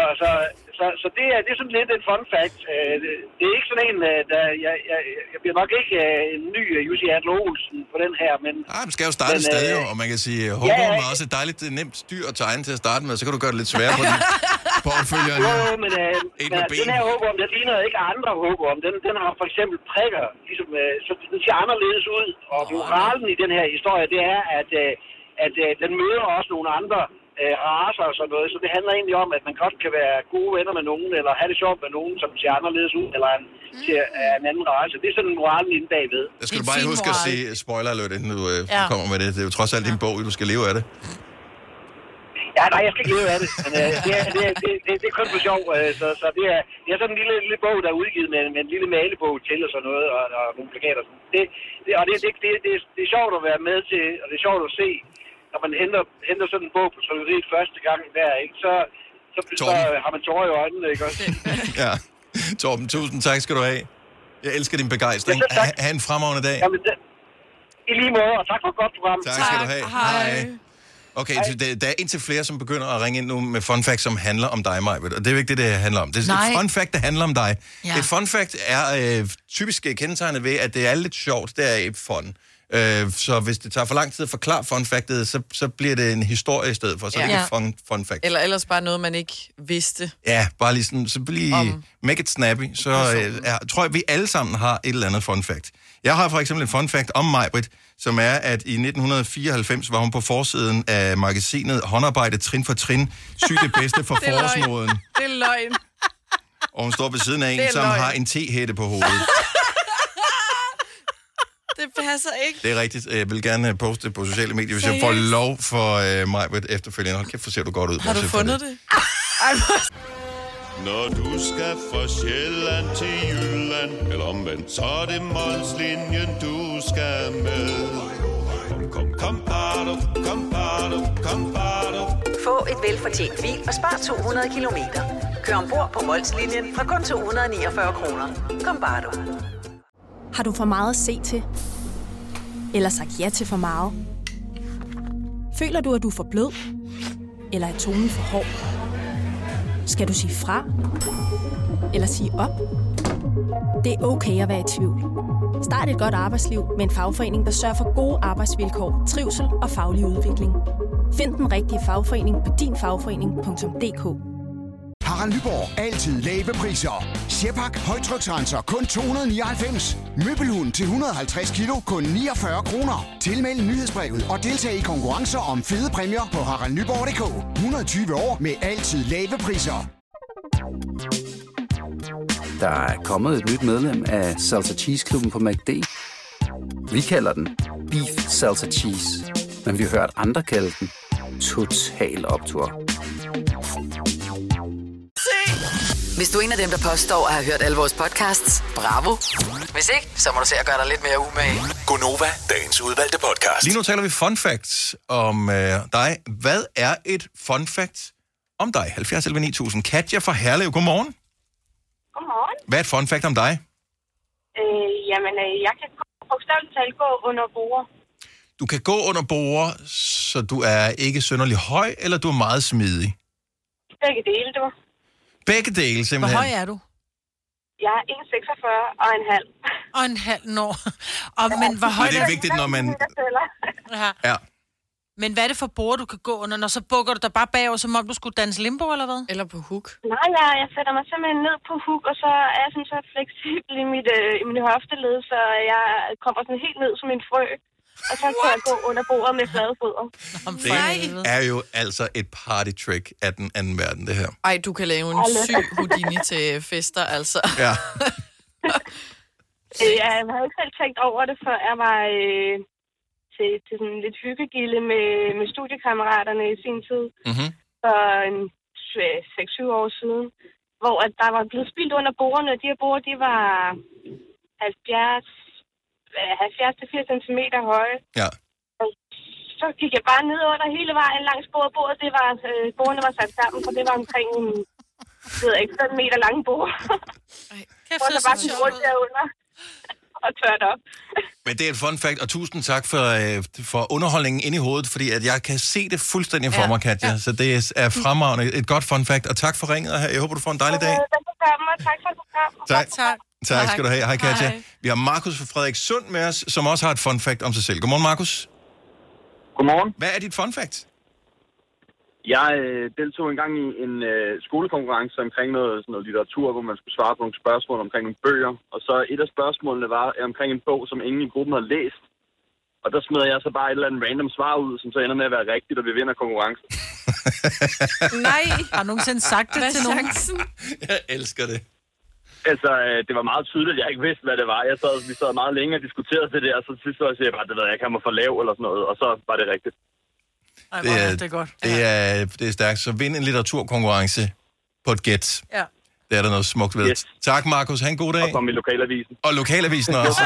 Så det er sådan lidt en fun fact. Det er ikke sådan en, der jeg bliver nok ikke en ny Jussi Adler Olsen på den her, men... man skal jo starte et sted, og man kan sige, Hugorm er også et dejligt nemt dyr at tegne til at starte med, så kan du gøre det lidt sværere på opfølgeren. Men den her Hugorm, den ligner ikke andre Hugorm. Den har for eksempel prikker, ligesom, så den ser anderledes ud. Og moralen i den her historie, det er, at den møder også nogle andre racer og sådan noget, så det handler egentlig om, at man godt kan være gode venner med nogen, eller have det sjovt med nogen, som ser anderledes ud, eller er en anden race. Det er sådan moralen inde bagved. Der skal du bare huske at sige spoiler alert, inden du kommer med det. Det er jo trods alt din bog, du skal leve af det. Ja, nej, jeg skal ikke leve af det, men det er kun for sjov. Så det er sådan en lille bog, der er udgivet med en lille malebog til og sådan noget, og nogle plakater. Det er sjovt at være med til, og det er sjovt at se, når man henter sådan en bog på trykkeriet første gang der, ikke? Så har man tårer i øjnene, ikke også? Ja. Torben, tusind tak skal du have. Jeg elsker din begejstring. Ja, ha' en fremragende dag. Jamen, i lige måde, og tak for et godt program. Tak skal du have. Hej. Okay, der er indtil flere, som begynder at ringe ind nu med fun facts, som handler om dig, Majbert. Og det er jo ikke det handler om. Det er et fun fact, der handler om dig. Ja. Et fun fact er typisk kendetegnet ved, at det er lidt sjovt. Det er et fun. Så hvis det tager for lang tid at forklare fun factet, så bliver det en historie i stedet for. Så er det ikke fun fact. Eller ellers bare noget, man ikke vidste. Ja, bare lige sådan, så make it snappy. Så tror jeg, vi alle sammen har et eller andet fun fact. Jeg har for eksempel en fun fact om Majbrit, som er, at i 1994 var hun på forsiden af magasinet Håndarbejde Trin for Trin, syg det bedste for forårsmoden. Det er løgn. Og hun står ved siden af en, som har en tehætte på hovedet. Det passer ikke. Det er rigtigt. Jeg vil gerne poste det på sociale medier, hvis jeg får lov for Majbrit efterfølgende. Hold kæft, for ser du godt ud. Har du fundet det? Når du skal fra Sjælland til Jylland, eller omvendt, så er det Molslinjen, du skal med. Kom, bado, kom, bado, kom, bado. Få et velfortjent bil og spar 200 kilometer. Kør ombord på Molslinjen fra kun 249 kroner. Kom bare du. Har du for meget at se til? Eller sagt ja til for meget? Føler du, at du er for blød? Eller er tonen for hård? Skal du sige fra? Eller sige op? Det er okay at være i tvivl. Start et godt arbejdsliv med en fagforening, der sørger for gode arbejdsvilkår, trivsel og faglig udvikling. Find den rigtige fagforening på dinfagforening.dk. Harald Nyborg. Altid lave priser. Sjehpak højtryksrenser kun 299. Møbelhund til 150 kilo kun 49 kroner. Tilmeld nyhedsbrevet og deltag i konkurrencer om fede præmier på haraldnyborg.dk. 120 år med altid lave priser. Der er kommet et nyt medlem af Salsa Cheese Klubben på McD. Vi kalder den Beef Salsa Cheese, men vi har hørt andre kalde den Total Optur. Hvis du er en af dem, der påstår at have hørt alle vores podcasts, bravo. Hvis ikke, så må du se at gøre dig lidt mere umage. Gonova, dagens udvalgte podcast. Lige nu taler vi fun facts om dig. Hvad er et fun fact om dig? 70 11 9000. Katja fra Herlev, godmorgen. Godmorgen. Hvad er et fun fact om dig? Jeg kan bogstaveligt talt gå under borde. Du kan gå under borde, så du er ikke synderlig høj, eller du er meget smidig? Begge dele, du. Begge dele, simpelthen. Hvor høj er du? Jeg er 1,46 og en halv. Og en halv år. Men hvor højt det er vigtigt, når man... Ja. Men hvad er det for bord, du kan gå under, når så bukker du dig bare bagover, som om du skulle danse limbo, eller hvad? Eller på hook? Nej, jeg sætter mig simpelthen ned på hook, og så er jeg sådan så fleksibel i mit hofteled, så jeg kommer sådan helt ned som en frø. Og så kan jeg gå under bordet med flade fødder. Det er jo altså et party trick af den anden verden, det her. Ej, du kan lave en syg Houdini til fester, altså. Ja. Jeg havde ikke selv tænkt over det, før jeg var til sådan lidt hyggegilde med studiekammeraterne i sin tid. Mm-hmm. For 6-7 år siden. Hvor at der var blevet spildt under bordene, og de her borde, de var 70-80 cm høje. Ja. Og så gik jeg bare ned under hele vejen langs bordet. Det var, bordene var sat sammen, for det var omkring 5 meter lange bord. Hvor der bare gik rundt derunder og tørt op. Men det er et fun fact, og tusind tak for underholdningen inde i hovedet, fordi at jeg kan se det fuldstændig for mig, Katja. Så det er fremragende. Et godt fun fact, og tak for ringet. Jeg håber, du får en dejlig dag. Tak for programmet. Tak skal du have. Hej, Katja. Vi har Markus fra Frederikssund med os, som også har et fun fact om sig selv. Godmorgen, Markus. Godmorgen. Hvad er dit fun fact? Jeg deltog engang i en skolekonkurrence omkring sådan noget litteratur, hvor man skulle svare på nogle spørgsmål omkring nogle bøger. Og så et af spørgsmålene var omkring en bog, som ingen i gruppen havde læst. Og der smider jeg så bare et eller andet random svar ud, som så ender med at være rigtigt, og vi vinder konkurrencen. Nej, har du nogensinde sagt det til nogen? Jeg elsker det. Altså, det var meget tydeligt, at jeg ikke vidste, hvad det var. Vi sad meget længe og diskuterede det, og så til sidst sagde jeg bare, det ved jeg ikke, han var for lav eller sådan noget, og så var det rigtigt. Ej, det er godt. Det er stærkt. Så vind en litteraturkonkurrence på et gæt. Ja. Det er der noget smukt ved. Yes. Tak, Markus. Ha' en god dag. Og kom i lokalavisen. Og lokalavisen også.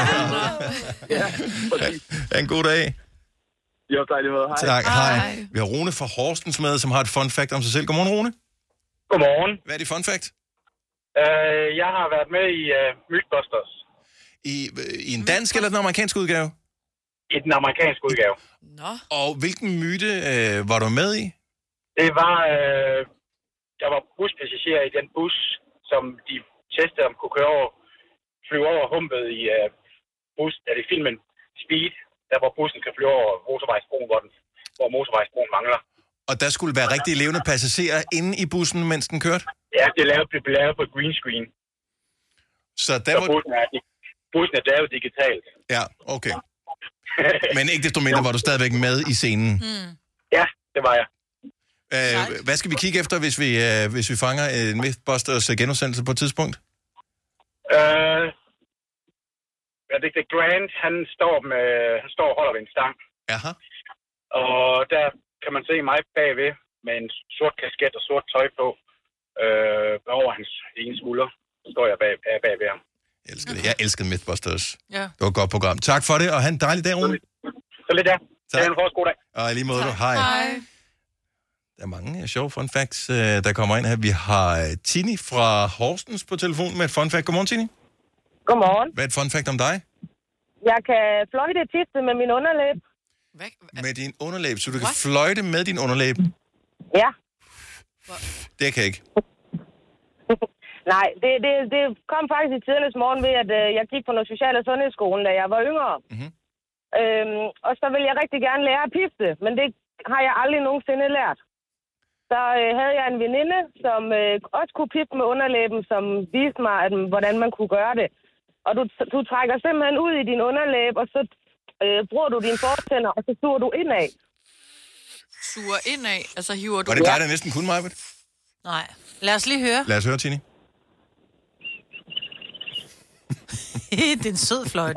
Ha' en god dag. Jo, dejligt måde. Hej. Tak, hej. Vi har Rune fra Horsens med, som har et fun fact om sig selv. Godmorgen, Rune. Godmorgen. Hvad er dit fun fact? Jeg har været med i Mythbusters. I en dansk eller den amerikanske udgave? I den amerikanske udgave. Nå. Og hvilken myte var du med i? Det var, jeg var buspassager i den bus, som de testede om kunne flyve over humpet i filmen Speed, der hvor bussen kan flyve over motorvejsbroen, hvor motorvejsbroen mangler. Og der skulle være rigtig levende passagerer inde i bussen, mens den kørte? Ja, det blev lavet på green screen. Så der var... Bussen er lavet digitalt. Ja, okay. Men ikke desto mindre var du stadigvæk med i scenen? Ja, det var jeg. Hvad skal vi kigge efter, hvis vi fanger en Mythbusters genudsendelse på et tidspunkt? Det Grant, han står og holder ved en stang. Aha. Og der kan man se mig bagved med en sort kasket og sort tøj på. Over hans ene skulder står jeg bagved ham. Jeg elskede Mythbusters. Ja. Det var et godt program. Tak for det, og have en dejlig dag, Rune. Så lidt, ja. Tak. Det er en god dag. Og i lige måde, du. Hej. Der er mange sjove fun facts, der kommer ind her. Vi har Tini fra Horsens på telefonen med et fun fact. Godmorgen, Tini. Godmorgen. Hvad er et fun fact om dig? Jeg kan fløjte tisse med min underlæb. Med din underlæb, så du kan fløjte med din underlæb? Ja. Det kan jeg ikke. Nej, det kom faktisk i tidligst morgen ved, at jeg gik på noget social- og sundhedsskolen, da jeg var yngre. Mm-hmm. Og så ville jeg rigtig gerne lære at pifte, men det har jeg aldrig nogensinde lært. Så havde jeg en veninde, som også kunne pifte med underlæben, som viste mig, hvordan man kunne gøre det. Og du trækker simpelthen ud i din underlæb, og så bruger du dine fortænder, og så suger du indad. Suger indad? Altså hiver du... Var det dig, der næsten kunne, Majbert? Nej. Lad os lige høre. Lad os høre, Tini. Det er en sød fløjte.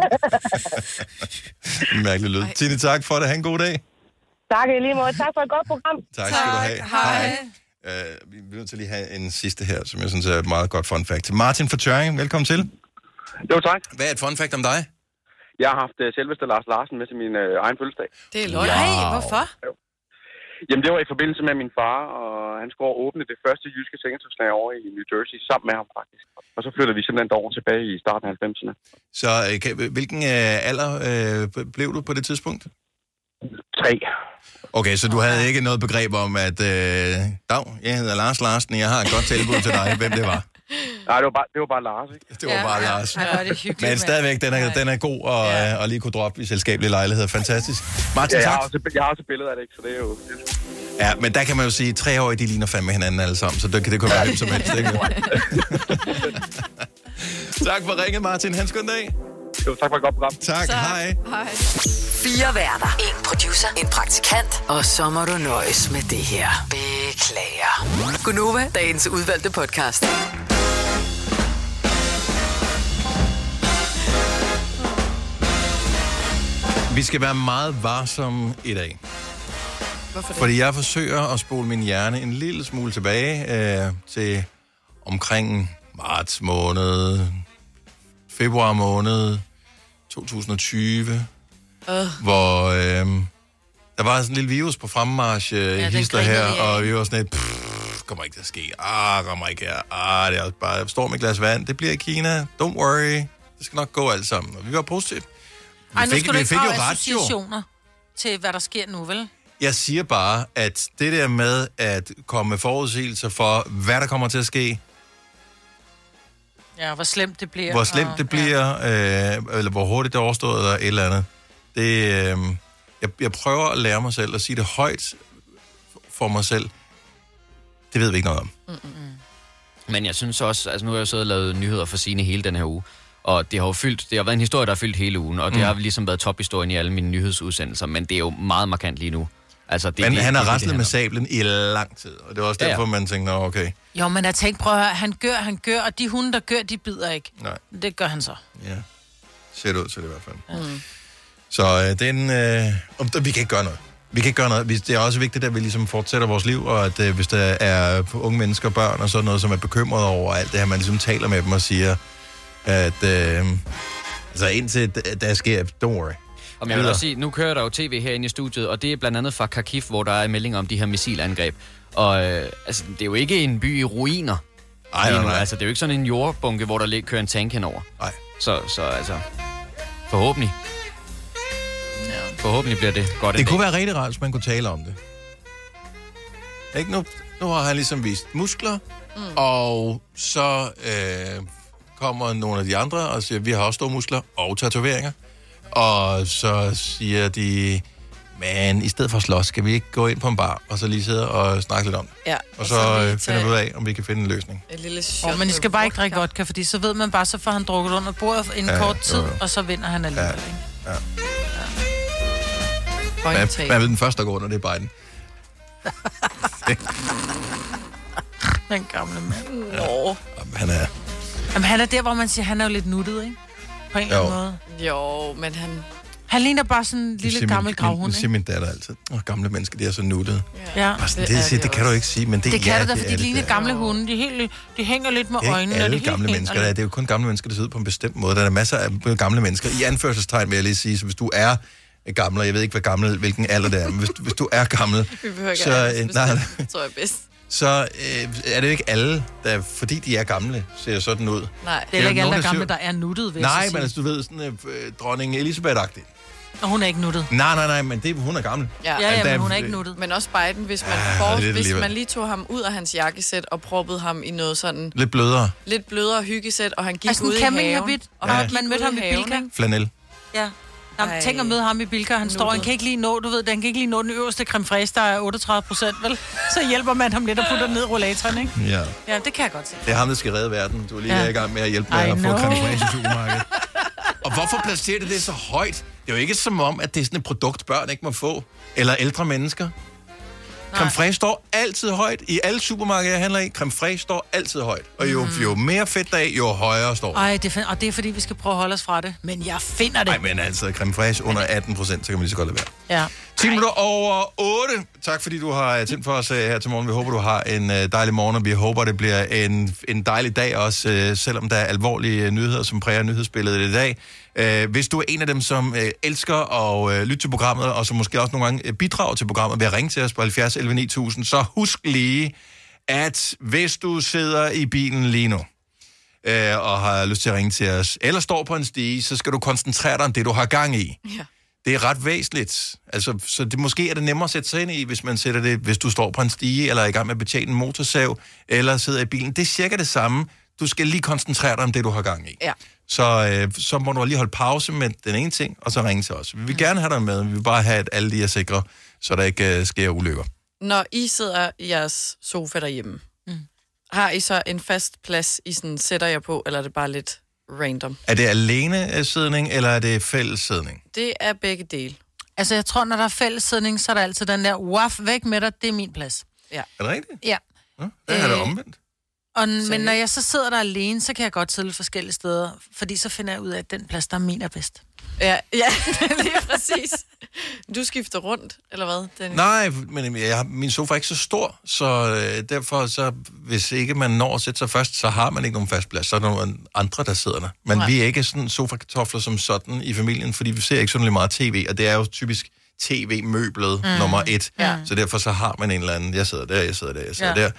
En mærkelig lyd. Tini, tak for det. Ha' en god dag. Tak i lige måde. Tak for et godt program. Tak skal du have. Hej. Vi er nødt til lige have en sidste her, som jeg synes er et meget godt fun fact. Til Martin fra Tjøring, velkommen til. Jo, tak. Hvad er et fun fact om dig? Jeg har haft selveste Lars Larsen med til min egen fødselsdag. Det er løgn. Wow. Hvorfor? Jamen, det var i forbindelse med min far, og han skulle åbne det første jyske sengetøjslag over i New Jersey, sammen med ham faktisk. Og så flyttede vi simpelthen derover tilbage i starten af 90'erne. Så hvilken alder blev du på det tidspunkt? 3. Okay, så du havde ikke noget begreb om, at Dag, jeg hedder Lars Larsen, jeg har et godt tilbud til dig, hvem det var? Nej, det var bare Lars, ikke? Det var bare Lars. Ja, det er hyggeligt. Men stadigvæk, den er god at lige kunne droppe i selskabelige lejligheder. Fantastisk. Martin, ja, tak. Jeg har også et billede af det, ikke? Så det er jo... Ja, men der kan man jo sige, 3 år, de ligner fandme hinanden alle sammen, så det kunne være hvem som helst, ikke? Tak for ringet, Martin. Han skøn dag. Jo, tak for et godt program. Tak. Hej. 4 værter. 1 producer. En praktikant. Og så må du nøjes med det her. Beklager. Gunova, dagens udvalgte podcast. Vi skal være meget varsomme i dag. Hvorfor det? Fordi jeg forsøger at spole min hjerne en lille smule tilbage til omkring marts måned, februar måned 2020, hvor der var sådan en lille virus på fremmarch hister her, og vi var sådan et, kommer ikke til at ske, kommer ikke her, det er bare, jeg står med et glas vand, det bliver i Kina, don't worry, det skal nok gå alt sammen, og vi var positivt. Nu skal du ikke have associationer til, hvad der sker nu, vel? Jeg siger bare, at det der med at komme med forudsigelser for, hvad der kommer til at ske, ja, hvor slemt det bliver. Hvor slemt det bliver, eller hvor hurtigt det er overstået, eller et eller andet. Det, jeg prøver at lære mig selv at sige det højt for mig selv. Det ved vi ikke noget om. Men jeg synes også, altså nu har jeg så lavet nyheder for Signe hele den her uge, og det har været en historie, der har fyldt hele ugen, og det har ligesom været tophistorien i alle mine nyhedsudsendelser, men det er jo meget markant lige nu. Altså, men han har raslet med sablen i lang tid, og det var også derfor, man tænkte, okay. Jo, men jeg tænkte, prøv at høre, han gør, og de hunde, der gør, de bider ikke. Nej. Det gør han så. Ja, ser det ud til det i hvert fald. Så vi kan ikke gøre noget. Vi kan ikke gøre noget. Det er også vigtigt, at vi ligesom fortsætter vores liv, og at hvis der er unge mennesker, børn og sådan noget, som er bekymrede over alt det her, man ligesom taler med dem og siger, at altså indtil der sker, don't worry. Og jeg vil også sige, nu kører der jo tv herinde i studiet, og det er blandt andet fra Kharkiv, hvor der er meldinger om de her missilangreb. Og altså, det er jo ikke en by i ruiner. Nej. Altså, det er jo ikke sådan en jordbunke, hvor der kører en tank henover. Nej. Så altså, forhåbentlig. Ja. Forhåbentlig bliver det godt. Det kunne være rigtig rart, hvis man kunne tale om det. Ikke? Nu har han ligesom vist muskler, og så kommer nogle af de andre og siger, vi har også store muskler og tatoveringer. Og så siger de, men i stedet for at slås, skal vi ikke gå ind på en bar, og så lige sidde og snakke lidt om det. Ja, og så finder vi ud af, om vi kan finde en løsning. Et lille shot. Men I skal bare ikke drikke vodka, fordi så ved man bare, så får han drukket under bordet en kort tid, og så vinder han alligevel. Ja. Hvad ved den første, der går under, det er Biden. Den gamle mand. Ja. Han er der, hvor man siger, han er jo lidt nuttet, ikke? På en eller anden måde. Jo, men han ligner bare sådan en lille gammel gravhund, ikke? Det siger min datter altid. Gamle mennesker, de er så nuttede. Ja. Det kan du ikke sige, men det kan du da, fordi de ligner gamle hunde. De hænger lidt med øjnene. Det er alle gamle mennesker. Det er jo kun gamle mennesker, der sidder på en bestemt måde. Der er masser af gamle mennesker. I anførselstegn vil jeg lige sige, så hvis du er gammel, og jeg ved ikke, hvilken alder det er, men hvis du er gammel, Vi behøver ikke tror jeg bedst. så er det jo ikke alle, der, fordi de er gamle, ser sådan ud. Nej. Det er ikke alle, der er gamle, der er nuttet, vil Nej, jeg men altså, du ved, sådan dronning Elisabeth-agtig. Og hun er ikke nuttet. Nej, men hun er gammel. Ja, men hun er ikke nuttet. Men også Biden, hvis man lige tog ham ud af hans jakkesæt og proppede ham i noget sådan... Lidt blødere hyggesæt, og han gik altså, ud i haven. Og man mødte ham i Bilka. Flanel. Ja. Jamen, tænk at møde ham i Bilka, han kan ikke lige nå, den kan ikke lige nå den øverste creme fraiche, der er 38%, vel? Så hjælper man ham lidt og putter ned i rollatoren, ikke? Ja, det kan jeg godt se. Det er ham, der skal redde verden. Du er lige i gang med at hjælpe dig at få creme fraiche i supermarkedet. Og hvorfor placerer det så højt? Det er jo ikke som om, at det er sådan et produkt, børn ikke må få. Eller ældre mennesker. Creme fraiche står altid højt. I alle supermarkeder, jeg handler i, creme fraiche står altid højt. Og jo mere fedt der er, jo højere står det. Og det er fordi, vi skal prøve at holde os fra det. Men jeg finder det. Nej, men altså, creme fraiche under 18%, så kan man lige så godt lade være. Ja. 10 minutter over 8. Tak fordi du har tændt for os her til morgen. Vi håber, du har en dejlig morgen, og vi håber, det bliver en dejlig dag også, selvom der er alvorlige nyheder, som præger nyhedsbilledet i dag. Hvis du er en af dem, som elsker at lytte til programmet, og som måske også nogle gange bidrager til programmet ved at ringe til os på 70 11 9000, så husk lige, at hvis du sidder i bilen lige nu, og har lyst til at ringe til os, eller står på en stige, så skal du koncentrere dig om det, du har gang i. Ja. Det er ret væsentligt. Altså, så det måske er det nemmere at sætte sig ind i, hvis man sætter det, hvis du står på en stige, eller er i gang med at betjene en motorsav, eller sidder i bilen. Det er cirka det samme. Du skal lige koncentrere dig om det, du har gang i. Ja. Så må du lige holde pause med den ene ting, og så ringe til os. Vi vil gerne have dig med, vi vil bare have, at alle de er sikre, så der ikke sker ulykker. Når I sidder i jeres sofa derhjemme, har I så en fast plads, I sådan sætter jer på, eller er det bare lidt random? Er det alene sidning, eller er det fælles sidning? Det er begge dele. Altså, jeg tror, når der er fællessidning, så er der altid den der, waf, væk med dig, det er min plads. Ja. Er det rigtigt? Ja. Det er det omvendt. Men når jeg så sidder der alene, så kan jeg godt sidde forskellige steder, fordi så finder jeg ud af, at den plads, der er min, er bedst. Ja, lige præcis. Du skifter rundt, eller hvad, Dennis? Nej, men min sofa er ikke så stor, så derfor, så, hvis ikke man når at sætte sig først, så har man ikke nogen fast plads. Så er der nogle andre, der sidder der. Men vi er ikke sådan sofa-kartofler som sådan i familien, fordi vi ser ikke sådan meget tv, og det er jo typisk tv-møblet nummer 1. Ja. Så derfor så har man en eller anden, jeg sidder der.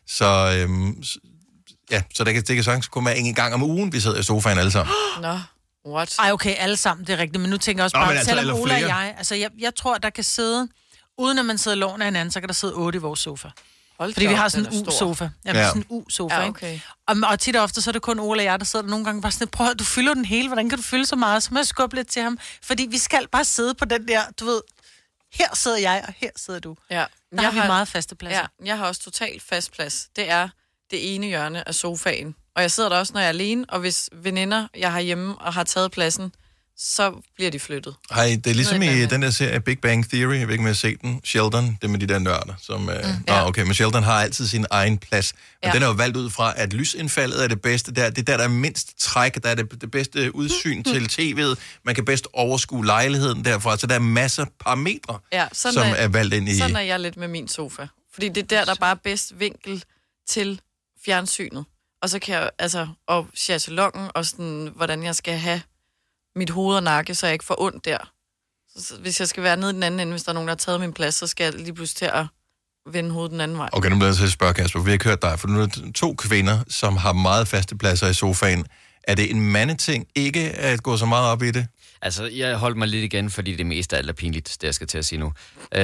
Så det kan sagtens komme med en gang om ugen, vi sidder i sofaen alle sammen. Nå, what? Ej, okay, alle sammen, det er rigtigt, men nu tænker jeg også bare, selvom Ola og jeg, altså jeg tror, der kan sidde, uden at man sidder lån af hinanden, så kan der sidde 8 i vores sofa. Fordi vi har sådan en U-sofa. Ja, sådan en U-sofa, ja, okay. Og tit og ofte, så er det kun Ola og jeg, der sidder der nogle gange bare sådan, prøv at du fylder den hele, hvordan kan du fylde så meget? Så må jeg skubbe lidt til ham, fordi vi skal bare sidde på den der, du ved, her sidder jeg, og her sidder du. Ja. Der har vi meget faste pladser. Ja, jeg har også totalt fast plads. Det er det ene hjørne af sofaen. Og jeg sidder der også, når jeg er alene, og hvis veninder, jeg har hjemme og har taget pladsen, så bliver de flyttet. Hej, det er ligesom i den der serie Big Bang Theory, jeg ved ikke, om jeg har set den, Sheldon, det med de der nørder, som... okay, men Sheldon har altid sin egen plads. Men den er jo valgt ud fra, at lysindfaldet er det bedste der. Det der er mindst træk, der er det bedste udsyn til tv'et. Man kan bedst overskue lejligheden derfra, så der er masser parametre, som er valgt ind i... Sådan er jeg lidt med min sofa. Fordi det er der bare er bedst vinkel til fjernsynet. Og så kan jeg, og chaiselongen, og sådan, hvordan jeg skal have mit hoved og nakke, så jeg ikke får ondt der. Så hvis jeg skal være nede i den anden ende, hvis der er nogen, der har taget min plads, så skal jeg lige pludselig til at vende hovedet den anden vej. Okay, nu bliver jeg til at spørge, Kasper. Vi har ikke hørt dig, for nu er der 2 kvinder, som har meget faste pladser i sofaen. Er det en mandeting ikke at gå så meget op i det? Altså, jeg holdt mig lidt igen, fordi det meste af alt er pinligt, det jeg skal til at sige nu.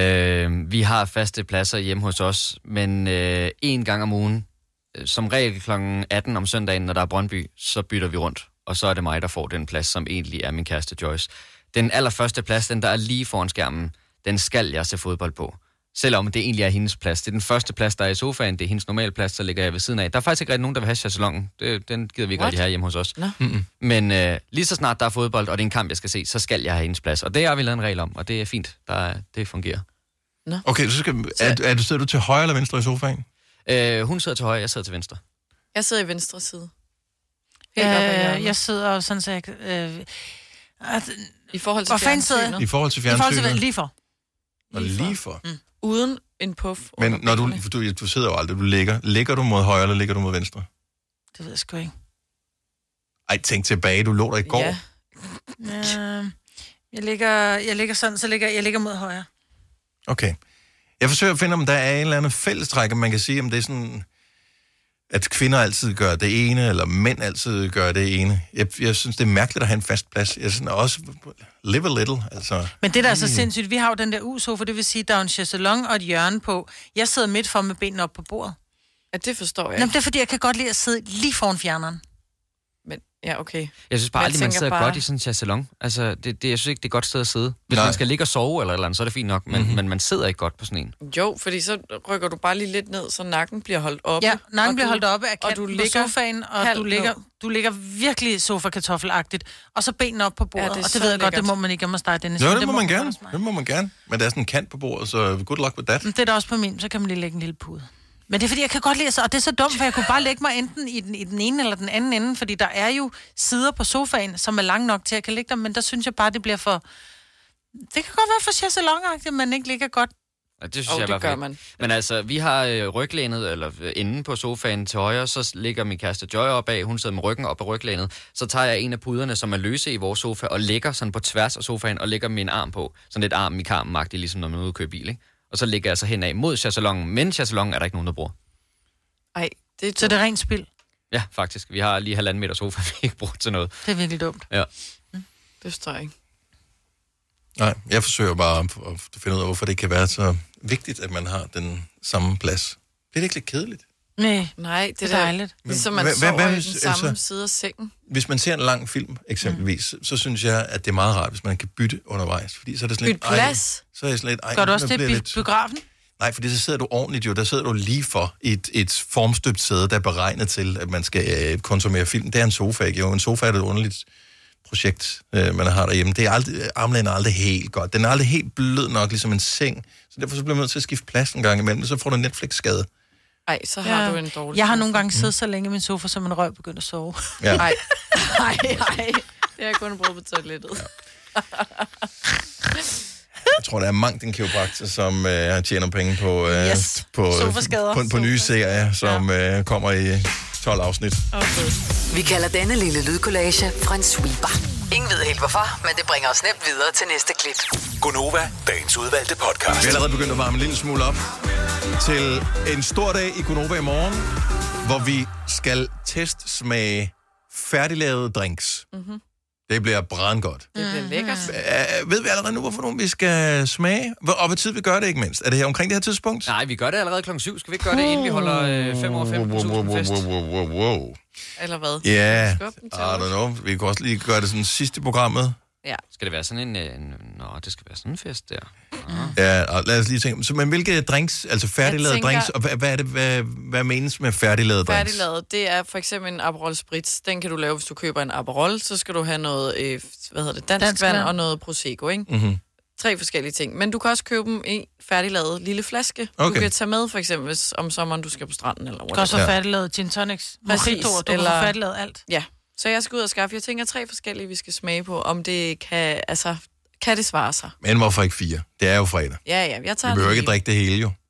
Vi har faste pladser hjemme hos os, men 1 gang om ugen, som regel kl. 18 om søndagen, når der er Brøndby, så bytter vi rundt. Og så er det mig, der får den plads, som egentlig er min kæreste Joyce. Den allerførste plads, den der er lige foran skærmen, den skal jeg se fodbold på. Selvom det egentlig er hendes plads. Det er den første plads, der er i sofaen. Det er hendes normale plads, så ligger jeg ved siden af. Der er faktisk ikke rigtig nogen, der vil have chaiselongen. Den gider vi ikke rigtig have hjemme hos os. Men lige så snart der er fodbold, og det er en kamp, jeg skal se, så skal jeg have hendes plads. Og det har vi lavet en regel om, og det er fint. Det fungerer. Okay, så sidder du til højre eller venstre i sofaen? Hun sidder til højre, jeg sidder til venstre. Jeg sidder i venstre side. Jeg sidder sådan, så jeg... I forhold til fjernsynet? I forhold til fjernsynet? Lige for. Og lige for? Uden en puff. Men når du sidder jo aldrig, du ligger. Ligger du mod højre, eller ligger du mod venstre? Det ved jeg sgu ikke. Ej, tænk tilbage, du lå der i går. Ja. Jeg ligger sådan, så jeg ligger mod højre. Okay. Jeg forsøger at finde, om der er en eller anden fællestræk, om man kan sige, om det er sådan, at kvinder altid gør det ene, eller mænd altid gør det ene. Jeg synes, det er mærkeligt at have en fast plads. Jeg synes også, live a little, altså. Men det der er så sindssygt, vi har jo den der U-sofa, det vil sige, der er en chaiselong og et hjørne på. Jeg sidder midt for med benene op på bordet. Ja, det forstår jeg. Jamen, det er fordi, jeg kan godt lide at sidde lige foran fjerneren. Men, ja, okay. Jeg synes bare aldrig, man sidder godt i sådan en chaiselong. Altså, jeg synes ikke, det er et godt sted at sidde. Hvis man skal ligge og sove eller andet, så er det fint nok, men man sidder ikke godt på sådan en. Jo, fordi så rykker du bare lige lidt ned, så nakken bliver holdt oppe. Ja, nakken bliver holdt oppe af kanten på sofaen, og du ligger virkelig sofa-kartoffelagtigt, og så benene op på bordet. Ja, og det ved jeg godt, det må man ikke om at starte den. Jo, det må man gerne. Det må man gerne. Men der er sådan en kant på bordet, så good luck with that. Det er da også på min, så kan man lige lægge en lille pude. Men det er fordi, jeg kan godt lide, og det er så dumt, for jeg kunne bare lægge mig enten i den ene eller den anden ende, fordi der er jo sider på sofaen, som er lange nok til, at jeg kan ligge der, men der synes jeg bare, det bliver for... Det kan godt være for chaiselongagtigt, men ikke ligger godt. Ja, det synes jeg det gør man. Men altså, vi har ryglænet, eller inde på sofaen til højre, så ligger min kæreste Joy opad, hun sidder med ryggen op på ryglænet, så tager jeg en af puderne, som er løse i vores sofa, og lægger sådan på tværs af sofaen, og lægger min arm på. Sådan lidt arm i karmen-agtigt, ligesom når man er ude og køre bil, ikke? Og så ligger jeg så henad mod chaiselongen, men chaiselongen er der ikke nogen, der bruger. Ej, så det er rent spil? Ja, faktisk. Vi har lige 1,5 meter sofa, vi ikke bruger til noget. Det er virkelig dumt. Ja. Det forstår jeg ikke. Nej, jeg forsøger bare at finde ud af, hvorfor det kan være så vigtigt, at man har den samme plads. Det er ikke lidt kedeligt. Nej, det er dejligt. Ligesom man sover i den samme side af sengen. Hvis man ser en lang film, eksempelvis, så synes jeg, at det er meget rart, hvis man kan bytte undervejs. Fordi så er det sådan lidt... plads? Så er det sådan lidt... Gør du også det i biografen? Nej, fordi så sidder du ordentligt jo. Der sidder du lige for et formstøbt sæde, der er beregnet til, at man skal konsumere film. Det er en sofa, ikke? Jo, en sofa er et underligt projekt, man har derhjemme. Det er aldrig, armlægen er aldrig helt godt. Den er aldrig helt blød nok, ligesom en seng. Så derfor så bliver man nødt til at skifte plads en gang imellem, så får du en Netflix-skade. Ej, så har du en dårlig Jeg har nogle gange siddet så længe i min sofa, så min røv begynder at sove. Ja. Ej. Det er kun brugt på toilettet. Ja. Jeg tror, der er mange den kiropraktor, som tjener penge på nye serier, som kommer i 12 afsnit. Okay. Vi kalder denne lille lydkollage en sweeper. Ingen ved helt hvorfor, men det bringer os nemt videre til næste klip. Gonova, dagens udvalgte podcast. Vi er allerede begyndt at varme en lille smule op til en stor dag i Gonova i morgen, hvor vi skal testsmage færdiglavede drinks. Mm-hmm. Det bliver brandgodt. Det bliver lækkert. Ved vi allerede nu, hvorfor vi skal smage? Og hvad tid vi gør det, ikke mindst? Er det her omkring det her tidspunkt? Nej, vi gør det allerede klokken 7. Skal vi ikke gøre det, inden vi holder 5 over 5.000 fest? Eller hvad? Ja, I don't know. Vi kan også lige gøre det sådan sidste programmet. Ja. Skal det være sådan det skal være sådan en fest der. Ja, og lad os lige tænke. Men hvilke drinks, altså færdiglavede drinks, og hvad menes med færdiglavede drinks? Færdiglavet, det er for eksempel en Aperol Spritz. Den kan du lave, hvis du køber en Aperol, så skal du have noget, dansk vand og noget Prosecco, ikke? Mm-hmm. 3 forskellige ting. Men du kan også købe dem i færdiglavet lille flaske. Okay. Du kan tage med, for eksempel, hvis om sommeren du skal på stranden eller Du kan også have færdiglavet gin tonics. Præcis. Du kan have færdiglavet alt. Ja. Så jeg skal ud og skaffe. Jeg tænker 3 forskellige, vi skal smage på, om det kan, kan det svare sig. Men hvorfor ikke 4? Det er jo fredag. Ja, jeg tager vi behøver ikke drikke det hele, jo.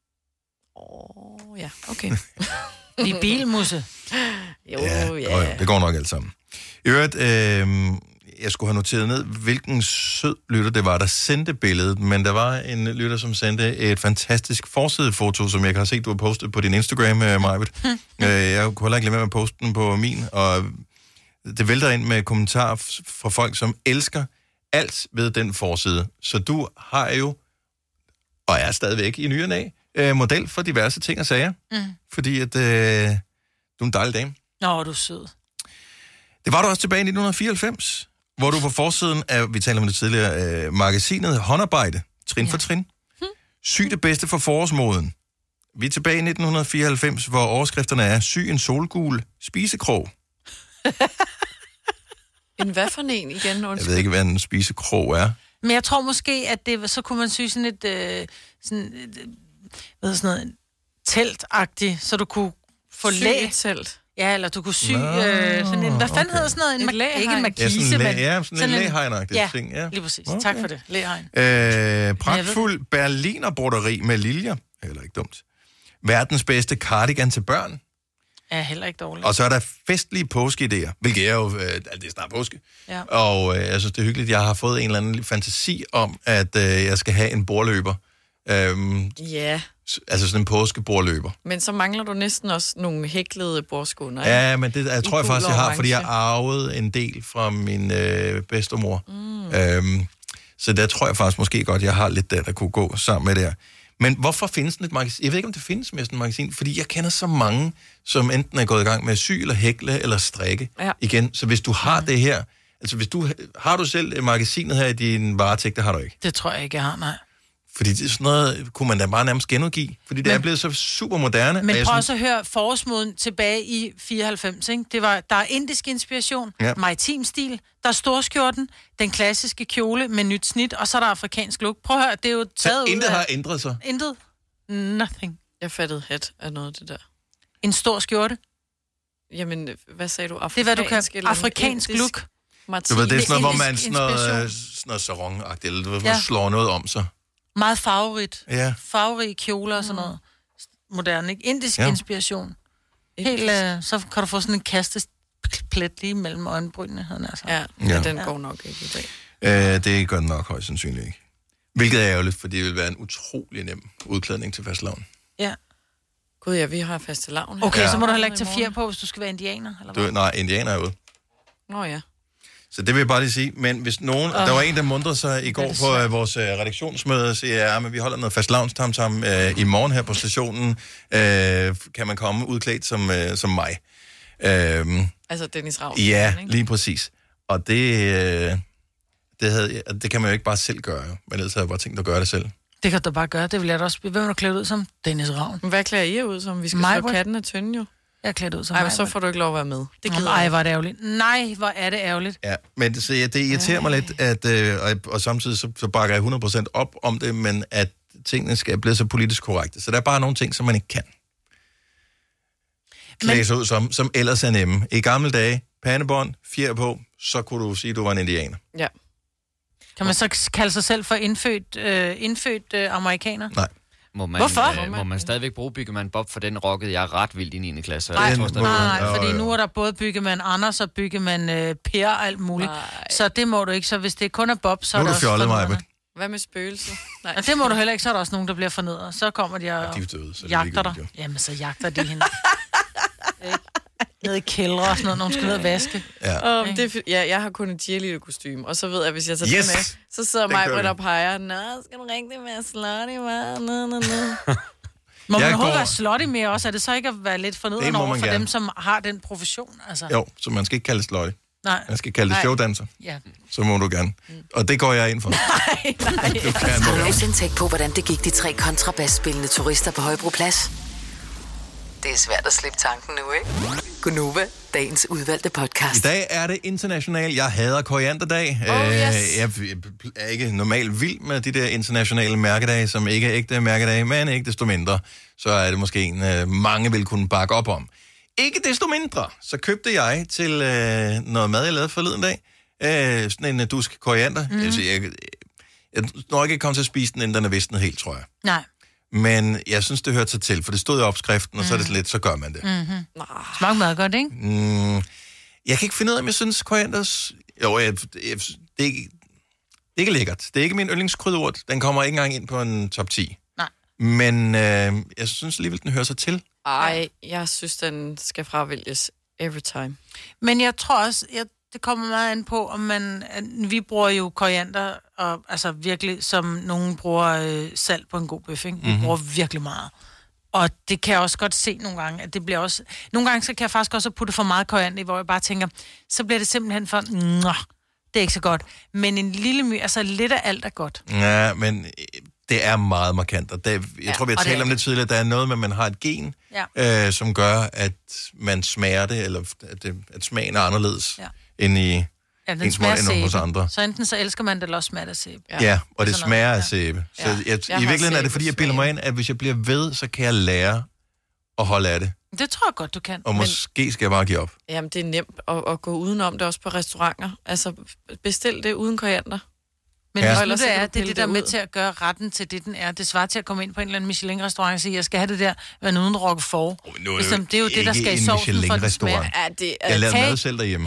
Ja, okay. Vi er bilmusse. Jo. Det går nok alt sammen. I øvrigt, jeg skulle have noteret ned, hvilken sød lytter det var, der sendte billedet, men der var en lytter, som sendte et fantastisk forsidefoto, som jeg har set, du har postet på din Instagram, Majbet. Jeg kunne heller ikke lade med at poste den på min, og det vælter ind med kommentarer fra folk, som elsker alt ved den forside. Så du har jo, og er stadigvæk i nyerne af, model for diverse ting og sager, fordi at du er en dejlig dame. Nå, du er sød. Det var du også tilbage i 1994, hvor du på forsiden af, vi taler om det tidligere, magasinet Håndarbejde, trin for trin. Sy det bedste for forårsmoden. Vi er tilbage i 1994, hvor overskrifterne er, sy en solgul spisekrog. En hvad for en igen? Jeg ved ikke, hvad en spisekrog er. Men jeg tror måske, at det, så kunne man sy sådan et teltagtigt, så du kunne få læ. Et telt. Ja, eller du kunne sy sådan en, hvad fanden hedder sådan noget? Ikke en markise, men... Ja, sådan en læhegn-agtig ting. Ja, lige præcis. Okay. Tak for det. Læhegn. Pragtfuld berlinerbroderi med liljer. Heller ikke dumt. Verdens bedste cardigan til børn. er heller ikke dårligt. Og så er der festlige påskeidéer, hvilket er jo, det er snart påske. Ja. Og jeg synes, det er hyggeligt. Jeg har fået en eller anden fantasi om, at jeg skal have en bordløber. Ja. Altså sådan en påskebordløber. Men så mangler du næsten også nogle hæklede bordskåner. Ja, men det jeg tror jeg faktisk, jeg har, fordi jeg arvede en del fra min bedstemor. Så der tror jeg faktisk måske godt, jeg har lidt der kunne gå sammen med der. Men hvorfor findes den et magasin? Jeg ved ikke, om det findes mere sådan et magasin, fordi jeg kender så mange, som enten er gået i gang med at sy, eller hækle, eller strikke igen. Så hvis du har det her, altså har du selv magasinet her i din varetægt, det har du ikke. Det tror jeg ikke, jeg har, nej. Fordi det er sådan noget, kunne man da bare nærmest genudgive. Fordi det er blevet så super moderne. Men prøv også at høre forårsmoden tilbage i 94, ikke? Der er indisk inspiration, maritim stil, der er storskjorten, den klassiske kjole med nyt snit, og så er der afrikansk look. Prøv at høre, det er jo taget ud af... intet har ændret sig? Intet. Nothing. Jeg fattede hat af noget af det der. En stor skjorte? Jamen, hvad sagde du? Det er, hvad du kan. Afrikansk look. Du ved, det er sådan noget, hvor man sådan noget sarong-agtigt, eller du ved, hvor slår noget om sig. Meget farverigt. Ja. Farverige kjoler og sådan noget. Moderne, ikke? Indisk inspiration. Helt, så kan du få sådan en kasteplet lige mellem øjenbrynene. Ja, den går nok ikke i dag. Det gør den nok højst sandsynligt ikke. Hvilket er ærgerligt, for det vil være en utrolig nem udklædning til fastelavn. Ja. Gud ja, vi har fastelavn. Okay, så må du heller ikke tage fjer på, hvis du skal være indianer, eller hvad? Nej, indianer er ude. Nå ja. Så det vil jeg bare lige sige. Men hvis nogen... Der var en, der mundrede sig i går på vores redaktionsmøde og siger, men vi holder noget fastelavnstamtam i morgen her på stationen. Kan man komme udklædt som mig? Altså Dennis Ravn. Ja, lige præcis. Og det kan man jo ikke bare selv gøre. Men ellers havde jeg bare tænkt at gøre det selv. Det kan du bare gøre. Det vil jeg da også... Hvem er du klædt ud som? Dennis Ravn. Hvad klæder I ud som? Vi skal slå katten af tynden jo. Jeg er klædt ud som mig. Så får du ikke lov at være med. Det gider Ej, hvor er det ærgerligt. Nej, hvor er det ærgerligt. Ja, men det irriterer mig lidt, at, og samtidig så bakker jeg 100% op om det, men at tingene skal blive så politisk korrekte. Så der er bare nogle ting, som man ikke kan klæde sig ud som ellers er nemme. I gamle dage, pandebånd, fjer på, så kunne du sige, at du var en indianer. Ja. Kan man så kalde sig selv for indfødt amerikaner? Nej. Hvorfor? Må man stadigvæk bruge byggemand Bob, for den rockede jeg ret vildt i 9. klasse. Nej, fordi nu er der både byggemand Anders og byggemand Per og alt muligt. Nej. Så det må du ikke. Så hvis det kun er Bob, så er der også fjollet, Hvad med spøgelser? Nej. Og det må du heller ikke. Så er der også nogen, der bliver fornedret. Så kommer de og jagter dig. Jamen, så jagter de hende. Nede i kældre og sådan noget, når hun skal ned og vaske. Ja. Jeg har kun et cheerleader-kostyme, og så ved jeg, hvis jeg tager det med, så sidder mig og peger, nå, skal du rigtig være slutty, hva'? Må man overhovedet være slutty med også? Er det så ikke at være lidt fornedrende over for dem, som har den profession? Altså? Jo, så man skal ikke kalde det slutty. Nej. Man skal kalde det showdancer. Ja. Så må du gerne. Og det går jeg ind for. Nej. Har du nogensinde tænkt på, hvordan det gik de 3 kontrabasspillende turister på Højbroplads? Det er svært at slippe tanken nu, ikke? Gunova, dagens udvalgte podcast. I dag er det international. Jeg hader korianderdag. Yes. Jeg er ikke normalt vild med de der internationale mærkedage, som ikke er ægte mærkedage, men ikke desto mindre, så er det måske en, mange vil kunne bakke op om. Ikke desto mindre, så købte jeg til noget mad, jeg lavede forleden dag. Sådan en dusk koriander. Altså, jeg når ikke komme til at spise den, inden den er visnet helt, tror jeg. Nej. Men jeg synes, det hørte sig til, for det stod i opskriften, og så er det lidt, så gør man det. Smager meget godt, ikke? Jeg kan ikke finde ud af, om jeg synes, korianders... Jo, det er ikke lækkert. Det er ikke min yndlingskrydderurt. Den kommer ikke engang ind på en top 10. Nej. Men jeg synes alligevel, den hører sig til. Ej, jeg synes, den skal fravælges every time. Men jeg tror også, det kommer meget an på, om vi bruger jo koriander, og, altså virkelig, som nogen bruger salt på en god bøf, ikke? Vi bruger virkelig meget. Og det kan jeg også godt se nogle gange, at det bliver også... Nogle gange så kan jeg faktisk også putte for meget koriander i, hvor jeg bare tænker, så bliver det simpelthen for... det er ikke så godt. Men en lille altså lidt af alt er godt. Ja, men det er meget markant. Og jeg tror, vi har talt om det tidligere. Der er noget med, at man har et gen, som gør, at man smager det, eller at smagen er anderledes end i ens mund end hos andre. Så enten så elsker man det, eller også smager det af sæbe. Ja, og det smager af sæbe. Så i virkeligheden er det, fordi jeg bilder mig ind, at hvis jeg bliver ved, så kan jeg lære at holde af det. Det tror jeg godt, du kan. Og måske skal jeg bare give op. Jamen, det er nemt at gå udenom det også på restauranter. Altså, bestil det uden koriander. Men hvis nu det er det der med til at gøre retten til det, den er. Det svarer til at komme ind på en eller anden Michelin-restaurant og sige, jeg skal have det der, men uden roquefort. Det er jo det, der skal i sovsen for den smager. Jeg lavede mad selv derhjemme.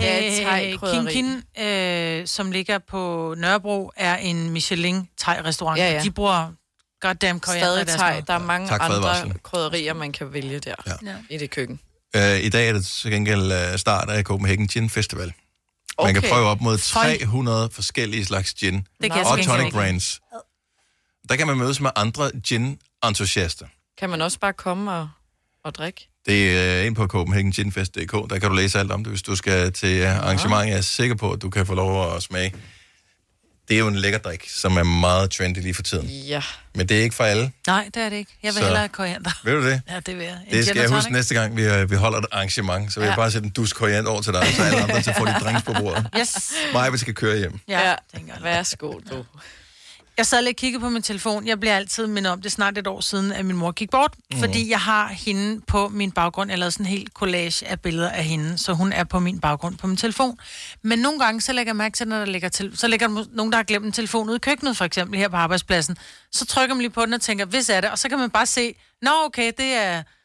Kin, som ligger på Nørrebro, er en Michelin-thai-restaurant. Ja. De bruger goddamn koriander i deres mad. Der er mange andre krydderier, man kan vælge der i det køkken. I dag er det til gengæld start af Copenhagen Gin Festival. Man kan prøve op mod 300 forskellige slags gin og tonic brands. Der kan man mødes med andre gin-entusiaster. Kan man også bare komme og drikke? Det er ind på CopenhagenGinFest.dk. Der kan du læse alt om det, hvis du skal til arrangement. Jeg er sikker på, at du kan få lov at smage. Det er jo en lækker drik, som er meget trendy lige for tiden. Ja. Men det er ikke for alle. Nej, det er det ikke. Jeg vil hellere have koriander. Vil du det? Ja, det vil jeg. Det skal jeg huske næste gang, vi holder et arrangement. Så vil jeg bare sætte en dus koriander over til dig, så alle andre til får de drinks på bordet. Yes. Mig, vi skal køre hjem. Ja, værsgo du. Jeg sad lidt og kiggede på min telefon. Jeg bliver altid mindet om, det er snart et år siden, at min mor gik bort. Fordi jeg har hende på min baggrund. Jeg lavede sådan en helt collage af billeder af hende, så hun er på min baggrund på min telefon. Men nogle gange, så lægger jeg mærke til, når der ligger nogen, der har glemt en telefon ude i køkkenet, for eksempel her på arbejdspladsen. Så trykker man lige på den og tænker, hvis er det? Og så kan man bare se, nå okay, det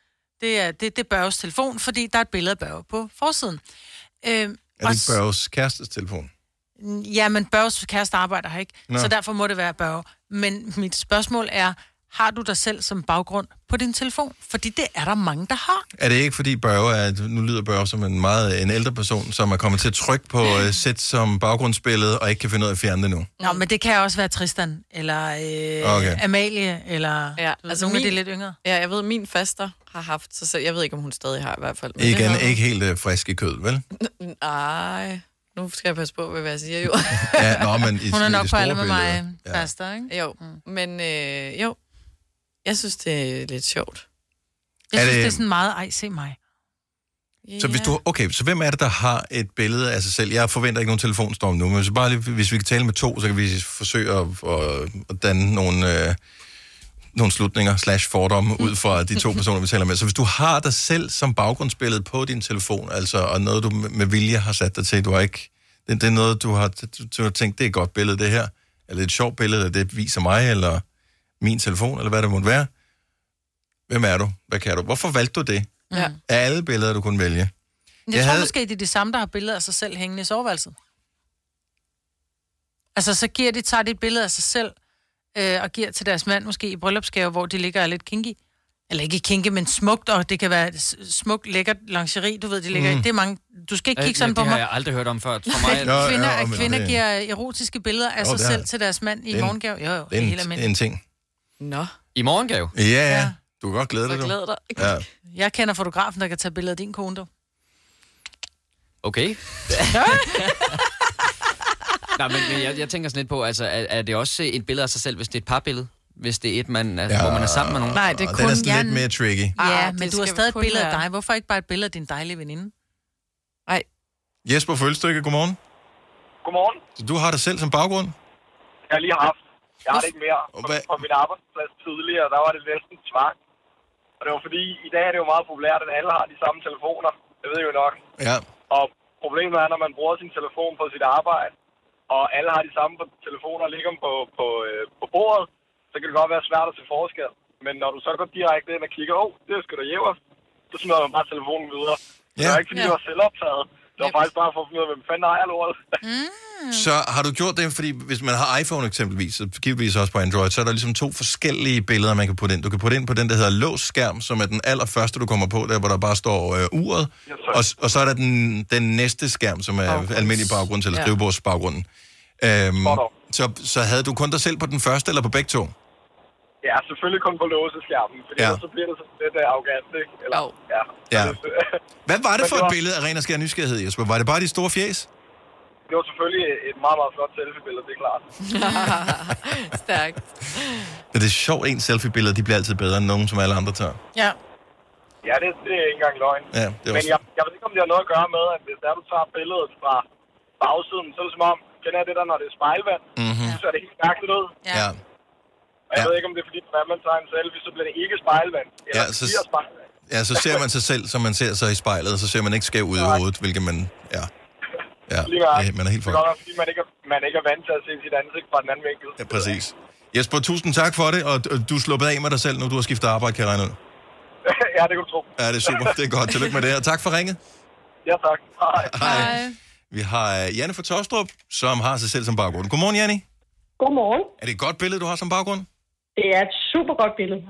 er Børges telefon, fordi der er et billede af Børge på forsiden. Er det ikke Børges kærestes telefon? Ja, men Børges kæreste arbejder her ikke, så derfor må det være Børge. Men mit spørgsmål er, har du dig selv som baggrund på din telefon? Fordi det er der mange, der har. Er det ikke, fordi Børge nu lyder Børge som en ældre person, som er kommet til at trykke på sæt som baggrundsbillede, og ikke kan finde ud af at fjerne det nu? Nå, men det kan også være Tristan, eller Amalie, eller nogle af de lidt yngre. Ja, jeg ved, min faster har haft sig selv. Jeg ved ikke, om hun stadig har i hvert fald. Ikke helt frisk i kød, vel? Nej. Nu skal jeg passe på, hvad jeg siger, jo. Hun er nok på alle med mig, faster, ikke? Jo, men jo. Jeg synes, det er lidt sjovt. Jeg synes, det er sådan meget, se mig. Yeah. Så så hvem er det, der har et billede af sig selv? Jeg forventer ikke nogen telefonstorm nu, men hvis vi kan tale med to, så kan vi forsøge at danne nogle slutninger / fordomme ud fra de to personer, vi taler med. Så hvis du har dig selv som baggrundsbillede på din telefon, altså, og noget, du med vilje har sat dig til, du har ikke... Det er noget, du har tænkt, det er et godt billede, det her. Eller et sjovt billede, det viser mig, eller min telefon, eller hvad det måtte være. Hvem er du? Hvad kan du? Hvorfor valgte du det? Ja. Af alle billeder, du kunne vælge. Jeg tror måske, det er de samme, der har billeder af sig selv hængende i soveværelset. Altså, så tager de et billede af sig selv, og giver til deres mand måske i bryllupsgave, hvor de ligger lidt kinky. Eller ikke kinky, men smukt, og det kan være smukt, lækkert lingerie, du ved, de ligger i. Det er mange... Du skal ikke kigge sådan på mig. Det har jeg aldrig hørt om før. For mig, kvinder giver erotiske billeder af sig selv til deres mand i morgengave. Jo, det er helt almindeligt. Det er en ting. Nå. I morgengave? Ja. Du kan godt glæde dig, du. Ja. Jeg kender fotografen, der kan tage billeder af din kone, du. Okay. Nej, men jeg tænker sådan lidt på, altså, er det også et billede af sig selv, hvis det er et parbillede? Hvis det er et, hvor man er sammen med nogen? Nej, det er kun... Den er sådan lidt mere tricky. Ja, men du har stadig et billede af dig. Hvorfor ikke bare et billede af din dejlige veninde? Nej. Jesper Følstykke, godmorgen. Godmorgen. Så du har dig selv som baggrund? Jeg har lige haft. Jeg har det ikke mere. På min arbejdsplads tidligere, der var det næsten tvang. Og det var fordi, i dag er det jo meget populært, at alle har de samme telefoner. Det ved jeg jo nok. Ja. Og problemet er, når man bruger sin telefon på sit arbejde, og alle har de samme telefoner og ligger på bordet, så kan det godt være svært at se forskel. Men når du så går direkte ind og kigger, det skal der jævres, så smider man bare telefonen videre. Ja. Det var ikke fordi, det var selvoptaget. Det var faktisk bare for at finde ud af, hvem fanden ejer lortet. Så har du gjort det, fordi hvis man har iPhone eksempelvis, så givetvis også på Android, så er der ligesom to forskellige billeder, man kan putte ind. Du kan putte ind på den, der hedder låsskærm, som er den allerførste, du kommer på, der hvor der bare står uret. Yes, og så er der den næste skærm, som er almindelig baggrund, eller skrivebordsbaggrunden. Så havde du kun dig selv på den første, eller på begge to? Ja, selvfølgelig kun på låseskærmen, fordi så bliver det så lidt arrogant, ikke? Eller, ja. Hvad var det for et billede af ren og skær nysgerrighed, Jesper? Var det bare de store fjes? Det var selvfølgelig et meget, meget flot selfie-billede, det er klart. Stærkt. Men det er sjovt, en selfie-billede, de bliver altid bedre end nogen, som alle andre tager. Ja. Ja, det er ikke engang løgn. Ja, det er men jeg ved ikke, om det har noget at gøre med, at hvis der du tager billedet fra bagsiden, så er det som om, kender jeg det der, når det er spejlvand, så er det helt mærkeligt ud. Ja. Og jeg ved ikke, om det er fordi, når man tager en selfie, så bliver det ikke spejlvand. Eller spejlvand. Ja, så ser man sig selv, som man ser sig i spejlet, så ser man ikke skæv ud i hovedet, hvilket man... Ja, man er helt for. Det kan godt være, fordi man ikke er vant til at se sit ansigt fra den anden vinkel. Ja, præcis. Jesper, tusind tak for det, og du er sluppet af med dig selv, nu du har skiftet arbejde, kan jeg regne ud. Ja, det kan du tro. Ja, det er super. Det er godt. Tillykke med det, og tak for ringet. Ja, tak. Hej. Hej. Vi har Janne fra Tostrup, som har sig selv som baggrund. Godmorgen, Janne. Godmorgen. Er det et godt billede, du har som baggrund? Det er et super godt billede.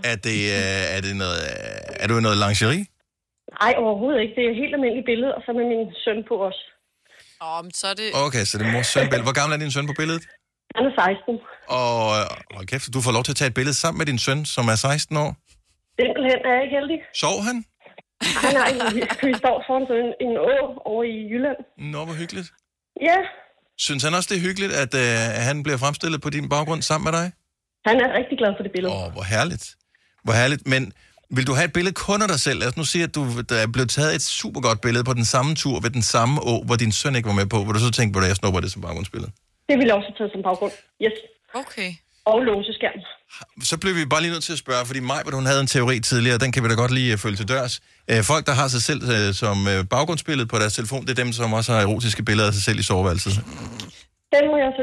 Er du i noget lingerie? Nej, overhovedet ikke. Det er et helt almindeligt billede, og så med min søn på os. Så er det... Okay, så det er mors søn-billede. Hvor gammel er din søn på billedet? Han er 16. Og hold kæft, du får lov til at tage et billede sammen med din søn, som er 16 år. Simpelthen er jeg ikke heldig. Sov han? Nej, vi står foran sådan en å over i Jylland. Nå, hvor hyggeligt. Ja. Synes han også, det er hyggeligt, at han bliver fremstillet på din baggrund sammen med dig? Han er rigtig glad for det billede. Hvor herligt. Hvor herligt. Men vil du have et billede kun af dig selv? Lad os nu sige, at der er blevet taget et super godt billede på den samme tur ved den samme å, hvor din søn ikke var med på. Hvor du så tænkte på, at jeg snupper det som baggrundsbillede? Det ville jeg også have taget som baggrund. Yes. Okay. Og låseskærm. Så blev vi bare lige nødt til at spørge, fordi Majbert, hun havde en teori tidligere, den kan vi da godt lige følge til dørs. Folk, der har sig selv som baggrundsbillede på deres telefon, det er dem, som også har erotiske billeder af sig selv i soveværelset. Den må jeg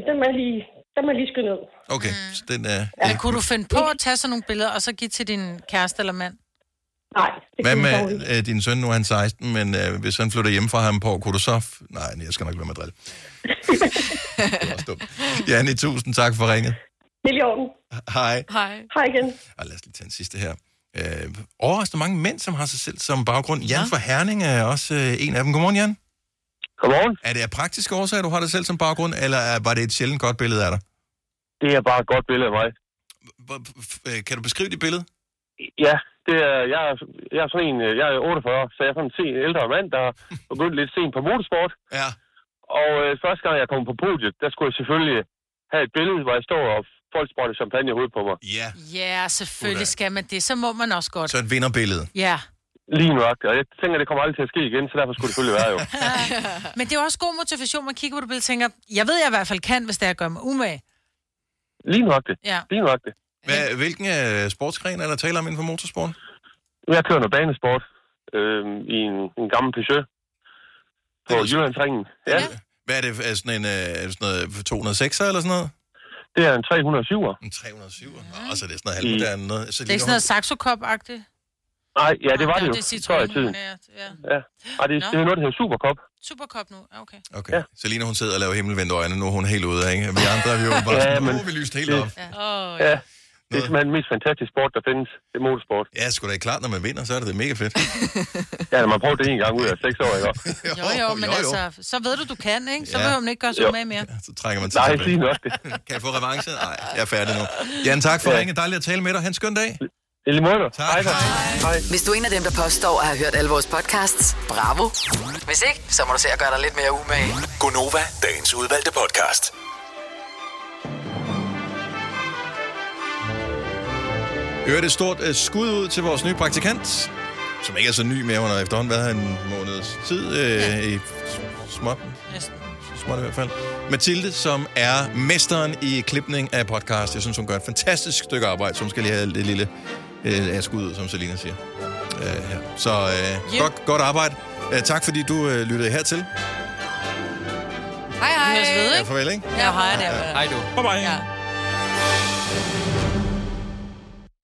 lige skyde ned. Okay, så den er... Ja, kunne du finde på at tage sådan nogle billeder, og så give til din kæreste eller mand? Nej. Hvad med din søn, nu er han 16, men hvis han flytter hjemme fra ham på, kunne du så... Nej, jeg skal nok være med drille. Det var dumt. Janne, tusind tak for ringet. Det er i orden. Hej. Hej igen. Og lad os lige tage en sidste her. Overraskende mange mænd, som har sig selv som baggrund. Jan fra Herning er også en af dem. Godmorgen, Jan. Godmorgen. Er det af praktiske årsager, du har dig selv som baggrund, eller var det et sjældent godt billede af dig? Det er bare et godt billede af mig. Kan du beskrive dit billede? Ja, det er, jeg er sådan en, jeg er 48, så jeg er sådan en ældre mand, der har begyndt lidt sent på motorsport. Ja. Og første gang jeg kom på podiet, der skulle jeg selvfølgelig have et billede, hvor jeg står og folk sprøjter champagne i hovedet på mig. Ja. Ja, selvfølgelig skal man det. Så må man også godt. Så et vinderbillede. Ja. Lige nok, og jeg tænker, det kommer aldrig til at ske igen, så derfor skulle det selvfølgelig være jo. Men det er også god motivation, man kigger på det billede og tænker, jeg ved, jeg i hvert fald kan, hvis det er at gøre mig umage. Lige nok det. Ja. Lige nok det. Hvilken sportsgren er der tale om inden for motorsport? Jeg kører noget banesport i en gammel Peugeot på Jyllandsringen. Ja. Hvad er det? Er sådan noget 206'er eller sådan noget? Det er en 307'er. En 307'er? Nå, så det er sådan noget halvmoderne noget. Det er ikke sådan noget Saxo-Cup-agtigt? Nej, ja, det var det jo. Det er Citroën. Ja. Og det er noget, der hedder Supercup. Supercup nu, okay. Okay. Ja. Selina, hun sidder og laver himmelvendte øjne, nu er hun helt ude af, ikke? Vi andre er vi jo bare vi lyst helt op. Ja. Det er simpelthen den mest fantastiske sport, der findes. Det er motorsport. Ja, sgu da klart, når man vinder, så er det mega fedt. Ja, når man prøver det en gang ud af 6 år, ikke? Jo, men altså, så ved du kan, ikke? Så behøver man ikke gøre så med mere. Ja, så trænger man til tilbage. Nej, lige nok det. Kan jeg få revanche? Nej, jeg er færdig nu. Jan, tak for ringe. Dejligt at tale med dig. Ha' en skøn dag. I lige måde. Tak. Hej. Hvis du er en af dem, der påstår at have hørt alle vores podcasts, bravo. Hvis ikke, så må du se at gøre dig lidt mere umage. Gonova, dagens udvalgte podcast. Et stort skud ud til vores nye praktikant, som ikke er så ny mere, hun har efterhånden været her en måneds tid i småt. Småt i hvert fald. Mathilde, som er mesteren i klipning af podcast. Jeg synes, hun gør et fantastisk stykke arbejde, som skal lige have det lille skud ud, som Selina siger. Her. Så godt arbejde. Tak fordi du lyttede hertil. Hej. Ja, farvel, ikke? Ja, hej der. Hej du. Bye bye. Ja.